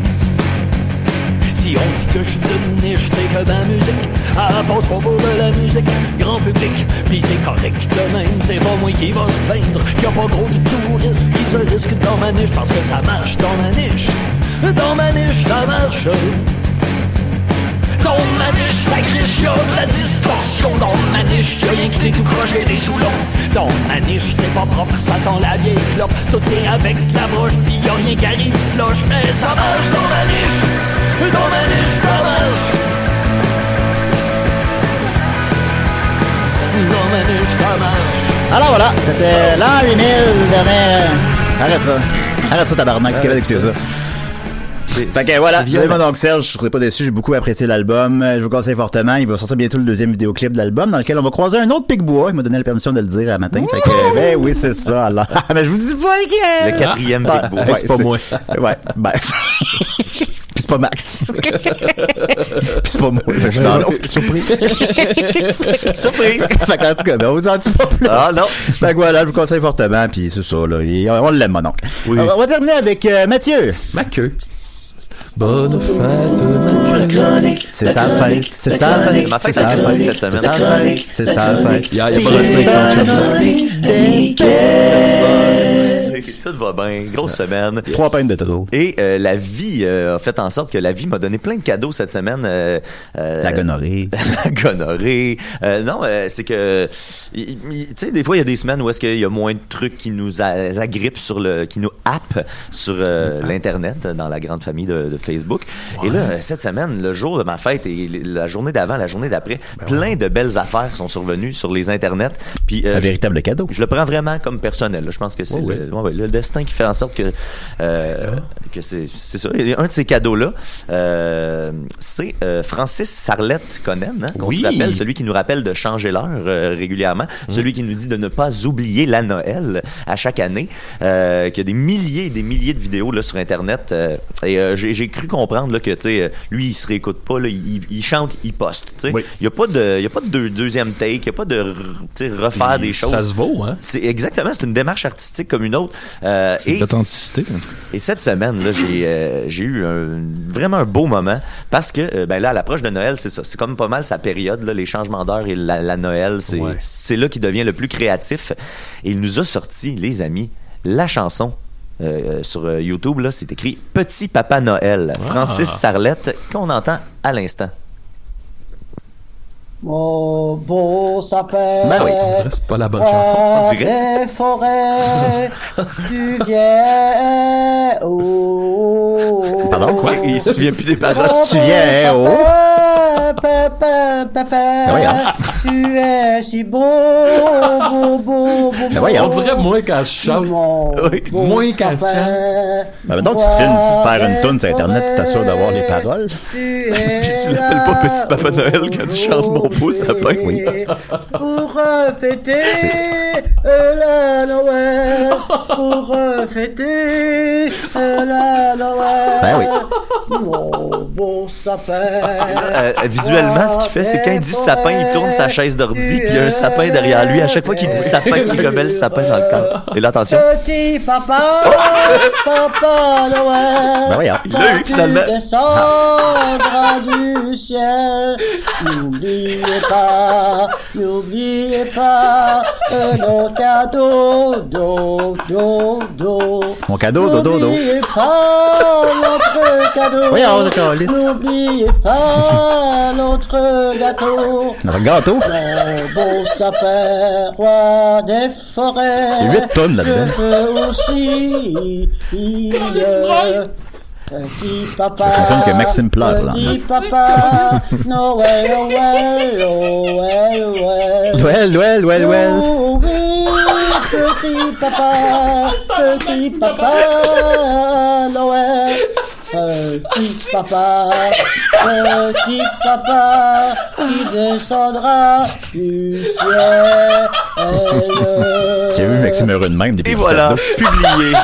Si on dit que je suis d'une niche, c'est que ma musique, elle passe pas pour de la musique grand public. Pis c'est correct de même, c'est pas moi qui va se plaindre qu'il y a pas gros du tourisme qui se risque dans ma niche. Parce que ça marche dans ma niche. Dans ma niche, ça marche. Dans ma niche, ça griche, y'a de la distorsion. Dans ma niche, y'a rien que des tout crochés, des sous-longs. Dans ma niche, c'est pas propre, ça sent la vieille clope. Tout est avec la broche, pis y'a rien qui arrive floche. Mais ça marche dans ma niche. Dans ma niche, ça marche. Dans ma niche, ça marche. Alors voilà, c'était l'an huit mille, dernière... Arrête ça. Arrête ça, tabarnak, tu es d'écouter ça. Fait que voilà, vous avez mon oncle Serge, je serais pas déçu, j'ai beaucoup apprécié l'album, je vous conseille fortement, il va sortir bientôt le deuxième vidéoclip de l'album dans lequel on va croiser un autre Picbois, il m'a donné la permission de le dire à matin, fait que, ben oui, c'est ça, alors, mais je vous dis pas lequel! Le quatrième ah, Picbois, ouais, c'est pas moi. Ouais, ben... Pis c'est pas Max. Pis c'est pas moi. Fait que je suis dans l'autre. Surpris. Surpris. Fait qu'en tout cas, ben, on vous en dit pas plus. Ah non. Fait que voilà, je vous conseille fortement, pis c'est ça, là. Et on l'aime, mon oncle. Oui. On va terminer avec euh, Mathieu. Ma queue. Bonne fête, ma chronique. C'est sa fête, c'est sa fête, Ma c'est fête, sa c'est fête, cette semaine. c'est sa fête, c'est sa fête. Il y a, il y a pas de cinq Tout va bien, grosse semaine. Trois pintes de todo. Et euh, la vie euh, a fait en sorte que la vie m'a donné plein de cadeaux cette semaine. Euh, euh, La gonorrhée. la gonorrhée. Euh, non, euh, c'est que, tu sais, des fois, il y a des semaines où est-ce qu'il y a moins de trucs qui nous a- agrippent sur le, qui nous happent sur euh, l'Internet, dans la grande famille de, de Facebook. Ouais. Et là, cette semaine, le jour de ma fête et la journée d'avant, la journée d'après, ben plein ouais. de belles affaires sont survenues sur les Internets. Puis, euh, un véritable cadeau. Je le prends vraiment comme personnel. Là. Je pense que c'est ouais, le, ouais. Ouais, le destin qui fait en sorte que, euh, ouais. que c'est, c'est ça. Et un de ces cadeaux-là, euh, c'est euh, Francis Sarlette Connen, hein, qu'on oui. se rappelle, celui qui nous rappelle de changer l'heure euh, régulièrement, mmh. celui qui nous dit de ne pas oublier la Noël à chaque année, euh, qu'il y a des milliers et des milliers de vidéos là, sur Internet. Euh, et euh, j'ai, j'ai cru comprendre là, que tu sais, lui, il se réécoute pas, là, il, il chante, il poste. Oui. Il n'y a pas de, il y a pas de deux, deuxième take, il n'y a pas de refaire et des choses. Ça se vaut, hein? C'est exactement, c'est une démarche artistique comme une autre. Euh, c'est et, de l'authenticité. Et cette semaine, là, j'ai, euh, j'ai eu un, vraiment un beau moment parce que, euh, ben là, à l'approche de Noël, c'est ça. C'est comme pas mal sa période, là, les changements d'heure et la, la Noël, c'est, ouais. c'est là qu'il devient le plus créatif. Et il nous a sorti, les amis, la chanson. Euh, sur euh, YouTube, là, c'est écrit Petit Papa Noël, ah. Francis Sarlette, qu'on entend à l'instant. Mon beau sapin. Ben oui, on dirait que c'est pas la bonne chanson. On dirait. Des forêts, tu viens. Oh. Pardon, quoi? Il se souvient plus des paroles. Tu viens, oh. Papa, papa, ben oui, hein? tu es si beau, beau, beau, beau. Ben oui, on dirait moins quand je chante. Oui. Moins quand je chante. Ben donc, tu fais une, faire une toune sur Internet, tu t'assures d'avoir les paroles. Puis tu l'appelles pas Petit Papa Noël quand tu chantes Mon beau sapin. Oui. Pour fêter la Noël, pour fêter la Noël. Ben oui. Mon beau sapin. Euh, visuellement, ce qu'il fait, c'est quand il dit sapin, il tourne sa chaise d'ordi, puis il y a un sapin derrière lui. À chaque fois qu'il dit sapin, il remet le sapin dans le cadre. Et là, attention. Petit papa, papa Noël, Ben voyons, il l'a eu, finalement. tu descendras du ciel, n'oubliez pas, n'oubliez pas euh, nos cadeaux, do, do, do. Mon cadeau, dodo, do. N'oubliez pas notre cadeau. Voyons, d'accord, Lys. N'oubliez pas notre gâteau. Notre gâteau? Mon beau sapin, roi des forêts. Il y a huit tonnes là-dedans. Je veux aussi le petit papa. Je confirme que Maxime pleure, là. Petit papa, Noël, Noël, Noël, Noël. Noël, Noël, Noël, Noël. Oh oui, petit papa, petit papa, Noël. Petit papa, petit papa, qui descendra du ciel. J'ai vu Maxime heureux de même depuis Et voilà, publié.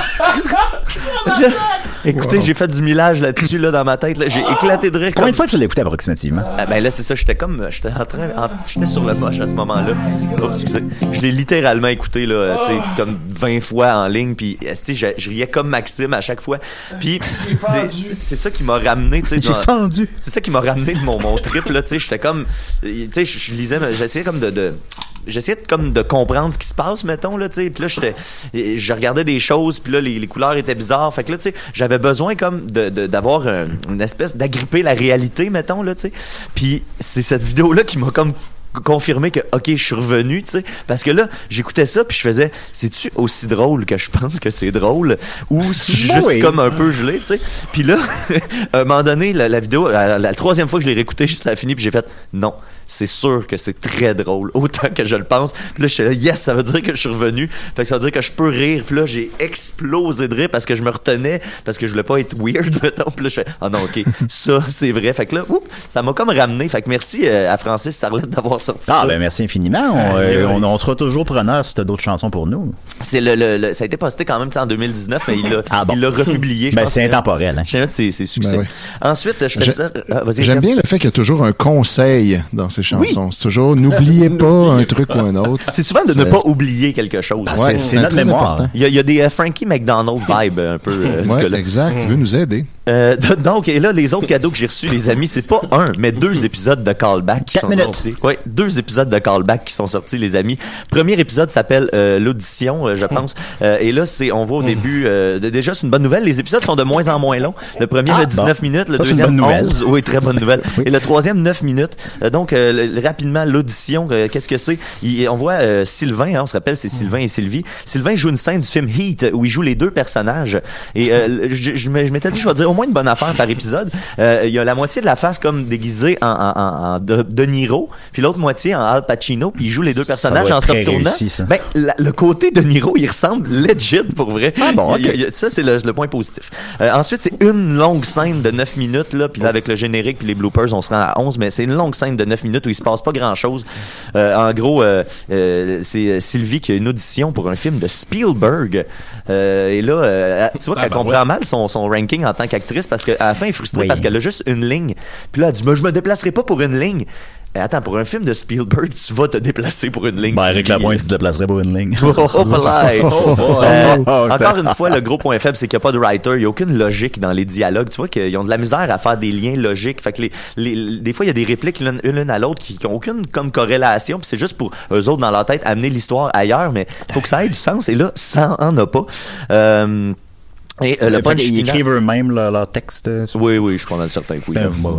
Je- Écoutez, j'ai fait du millage là-dessus, là, dans ma tête. Là. J'ai éclaté de rire. Combien de fois tu l'as écouté approximativement? Ah, ben là, c'est ça, j'étais comme. J'étais en train. en- j'étais sur le moche à ce moment-là. Oh, excusez. Je l'ai littéralement écouté, là, tu sais, comme vingt fois en ligne. Puis, tu sais, je, je riais comme Maxime à chaque fois. Puis, c'est, c'est ça qui m'a ramené, tu sais. J'ai dans- fendu. C'est ça qui m'a ramené de mon, mon trip, là, tu sais. J'étais comme. Tu sais, je, je lisais, mais j'essayais comme de. de J'essayais de, comme de comprendre ce qui se passe, mettons, là, tu sais. Puis là, j'étais, je regardais des choses, puis là, les, les couleurs étaient bizarres. Fait que là, tu sais, j'avais besoin comme de, de, d'avoir un- une espèce d'agripper la réalité, mettons, là, tu sais. Puis c'est cette vidéo-là qui m'a comme confirmé que ok, je suis revenu, tu sais, parce que là j'écoutais ça puis je faisais, c'est-tu aussi drôle que je pense que c'est drôle ou je suis juste Oui. comme un peu gelé, tu sais. Puis là à un moment donné la, la vidéo la, la troisième fois que je l'ai réécoutée, juste à la fini puis j'ai fait non, c'est sûr que c'est très drôle autant que je le pense. Puis là j'étais là, yes, ça veut dire que je suis revenu, fait que ça veut dire que je peux rire. Puis là j'ai explosé de rire parce que je me retenais, parce que je voulais pas être weird, mettons. Puis là je fais ah non, ok, ça c'est vrai. Fait que là oups, ça m'a comme ramené. Fait que merci euh, à Francis Starlette d'avoir sorti Ah, ça. ben merci infiniment. On, Ah, euh, oui. on, on sera toujours preneur si t'as d'autres chansons pour nous. C'est le, le, le- ça a été posté quand même tu sais, en deux mille dix-neuf, mais il l'a Ah bon. il l'a republié. je Ben, pense c'est que- intemporel, hein. Je sais pas, c'est c'est succès. Ben oui. Ensuite, je fais J'ai- ça. Ah, vas-y, J'aime Jeff. bien le fait qu'il y a toujours un conseil dans ces chansons. C'est toujours n'oubliez pas un truc ou un autre. C'est souvent de ne pas oublier quelque chose. Ah, c'est- c'est notre très mémoire. important. Il y a, il y a des euh, Frankie McDonald vibes un peu. euh, ce Ouais, gars-là. exact. Il veut nous aider. Euh, d- donc, et là, les autres cadeaux que j'ai reçus, les amis, c'est pas un, mais deux épisodes de callback qui Quatre sont minutes. sortis. Ouais, deux épisodes de callback qui sont sortis, les amis. Premier épisode s'appelle euh, l'audition, euh, je pense. Euh, et là, c'est, on voit au début, euh, de- déjà, c'est une bonne nouvelle. Les épisodes sont de moins en moins longs. Le premier, Ah, le dix-neuf bon. minutes, le Ça, c'est une deuxième, bonne nouvelle. onze. Oui, très bonne nouvelle. Et le troisième, neuf minutes. Euh, donc, euh, le- rapidement, l'audition, euh, qu'est-ce que c'est? Il- on voit euh, Sylvain, hein, on se rappelle, c'est Sylvain et Sylvie. Sylvain joue une scène du film Heat où il joue les deux personnages. Et euh, je, je me- je m'étais dit, je vais dire au moins une bonne affaire par épisode. Euh, Il y a la moitié de la face comme déguisée en, en, en, en de, de Niro, puis l'autre moitié en Al Pacino, puis il joue les deux Ça personnages doit en être se très retournant. réussi, ça. Ben, la- le côté de Niro, il ressemble legit pour vrai. Ah bon, Il y a- ok. il y a- ça, c'est le, le point positif. Euh, ensuite, c'est une longue scène de neuf minutes, là, puis là, avec le générique puis les bloopers, on se rend à onze, mais c'est une longue scène de neuf minutes où il se passe pas grand-chose. Euh, en gros, euh, euh, c'est Sylvie qui a une audition pour un film de Spielberg. Euh, et là, euh, tu vois Ah, qu'elle ben comprend ouais. mal son, son ranking en tant qu'actrice parce qu'à la fin, elle est frustrée Oui. parce qu'elle a juste une ligne. Puis là, elle dit, mais je me déplacerai pas pour une ligne. Eh, attends, pour un film de Spielberg, tu vas te déplacer pour une ligne. Ben, Eric Sylvie. Lapointe, tu te déplacerais pour une ligne. Oh, oh, polite. Oh, oh, Euh, oh, oh, encore oh. une fois, le gros point faible, c'est qu'il n'y a pas de writer. Il n'y a aucune logique dans les dialogues. Tu vois qu'ils ont de la misère à faire des liens logiques. Fait que les, les, des fois, il y a des répliques l'une, l'une à l'autre qui n'ont aucune comme corrélation. Puis c'est juste pour eux autres, dans leur tête, amener l'histoire ailleurs. Mais il faut que ça ait du sens. Et là, ça en a pas. Euh, Et euh, le Fait punch qu'ils final- écrivent eux-mêmes leur, leur texte. euh, sur- Oui, oui, je suis pas mal certain que oui. C'est un- bon,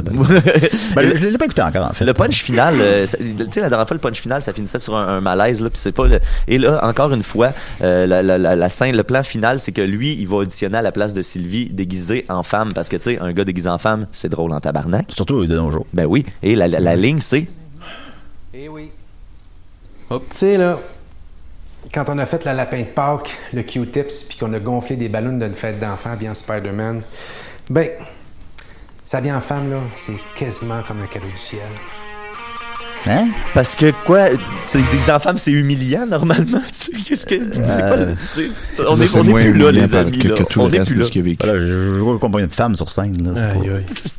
ben, je l'ai pas écouté encore, en fait. Le punch final, euh, ça- tu sais, la dernière fois, le punch final, ça finissait sur un, un malaise, là, puis c'est pas le... Et là, encore une fois, euh, la, la, la, la scène, le plan final, c'est que lui, il va auditionner à la place de Sylvie, déguisé en femme, parce que, tu sais, un gars déguisé en femme, c'est drôle en tabarnak. Surtout de nos jours. Ben oui. Et la, la, la ligne, c'est... Eh oui. Tu sais, là, quand on a fait le lapin de Pâques, le Q-Tips, puis qu'on a gonflé des ballons d'une fête d'enfants bien Spider-Man, ben, s'habiller en femme, là, c'est quasiment comme un cadeau du ciel. Hein? Parce que, quoi, c'est des enfants, c'est humiliant, normalement, tu sais. Qu'est-ce que... C'est quoi, le- tu sais, on Là, est, c'est on est moins plus là, humiliant les par- amis, que- là. que tout on le est reste plus de là. ce qu'il a vécu. Voilà, je, je vois combien de femmes sur scène. Là, c'est Aïe, pas... aïe.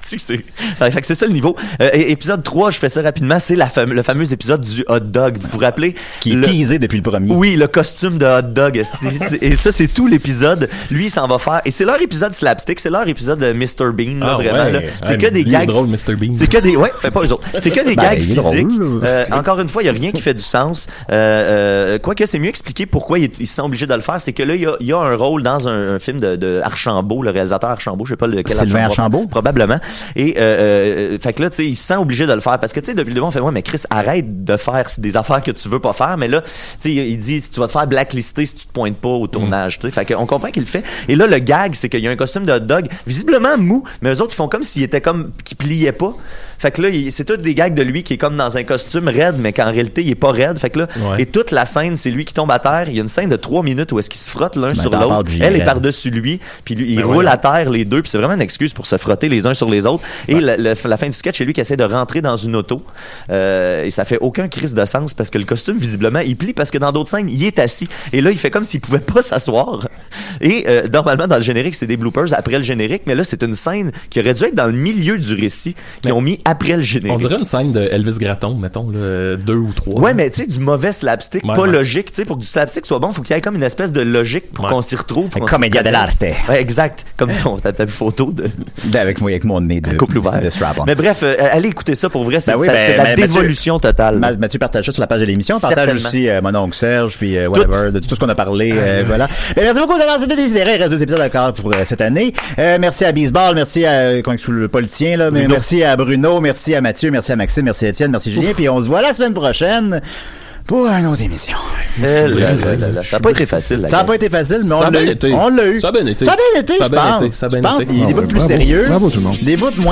c'est, c'est... Fait que c'est ça le niveau. Euh, épisode trois, je fais ça rapidement, c'est la fame... le fameux épisode du hot dog. Vous vous rappelez? Qui est le... teasé depuis le premier. Oui, le costume de hot dog. Et ça, c'est tout l'épisode. Lui, il s'en va faire. Et c'est leur épisode slapstick, c'est leur épisode de mister Bean, là, ah, vraiment. Ouais. Là. C'est ouais, que des lui gags. C'est drôle, mister Bean. C'est que des. Ouais, fait pas eux autres. C'est que des ben, gags physiques. Drôle, euh, encore une fois, il n'y a rien qui fait du sens. Euh, euh, Quoique, c'est mieux expliqué pourquoi il, il se sent obligé de le faire. C'est que là, il y a, il y a un rôle dans un, un film de, de Archambault, le réalisateur Archambault, je sais pas lequel. Sylvain Archambault. Probablement. Et, euh, euh, fait que là, tu sais, il se sent obligé de le faire. Parce que, tu sais, depuis le début, on fait, ouais, mais Chris, arrête de faire des affaires que tu veux pas faire. Mais là, tu sais, il dit, si tu vas te faire blacklister si tu te pointes pas au tournage, mm. tu sais. Fait qu'on comprend qu'il le fait. Et là, le gag, c'est qu'il y a un costume de hot dog, visiblement mou, mais eux autres, ils font comme s'il était comme, qu'il pliait pas. Fait que là, il, c'est tout des gags de lui qui est comme dans un costume raide, mais qu'en réalité, il est pas raide. Fait que là, ouais. Et toute la scène, c'est lui qui tombe à terre. Il y a une scène de trois minutes où est-ce qu'ils se frottent l'un ben, sur l'autre. Elle est par-dessus lui, puis lui, il ben roule ouais. à terre les deux, puis c'est vraiment une excuse pour se frotter les uns sur les autres. Et ouais. la, la, la fin du sketch, c'est lui qui essaie de rentrer dans une auto. Euh, et ça fait aucun crise de sens parce que le costume, visiblement, il plie parce que dans d'autres scènes, il est assis. Et là, il fait comme s'il pouvait pas s'asseoir. Et euh, normalement, dans le générique, c'est des bloopers après le générique, mais là, c'est une scène qui aurait dû être dans le milieu du récit, qu'ils ont mis après le générique. On dirait une scène de Elvis Gratton, mettons, là, deux ou trois. Ouais, mais tu sais, du mauvais slapstick, ouais, pas ouais. logique. Tu sais, pour que du slapstick soit bon, il faut qu'il y ait comme une espèce de logique pour ouais. qu'on s'y retrouve. Un comédien de l'arte. Ouais, exact. Comme ton, ta, ta photo de. Avec moi, avec mon nez de, couple ouvert. de strap-on. Mais bref, euh, allez écouter ça pour vrai. C'est, ben oui, ça, ben, c'est la ben, dévolution Mathieu, totale. Mathieu partage ça sur la page de l'émission. Partage aussi euh, mon oncle Serge, puis euh, whatever, tout. de tout ce qu'on a parlé. Euh, voilà. Ben, merci beaucoup d'avoir été décidéré. Il reste deux épisodes encore pour euh, cette année. Euh, merci à Bisball, merci à, euh, le politicien, là, mais merci à Bruno, merci à Mathieu, merci à Maxime, merci à Étienne, merci Julien, puis on se voit la semaine prochaine pour une autre émission. Là, là, là, là. Ça n'a pas été facile. Ça n'a pas été facile, mais on l'a eu. On l'a eu. Ça a bien été. Ça a bien été, je pense. Je pense qu'il y a des bouts plus sérieux, des bouts moins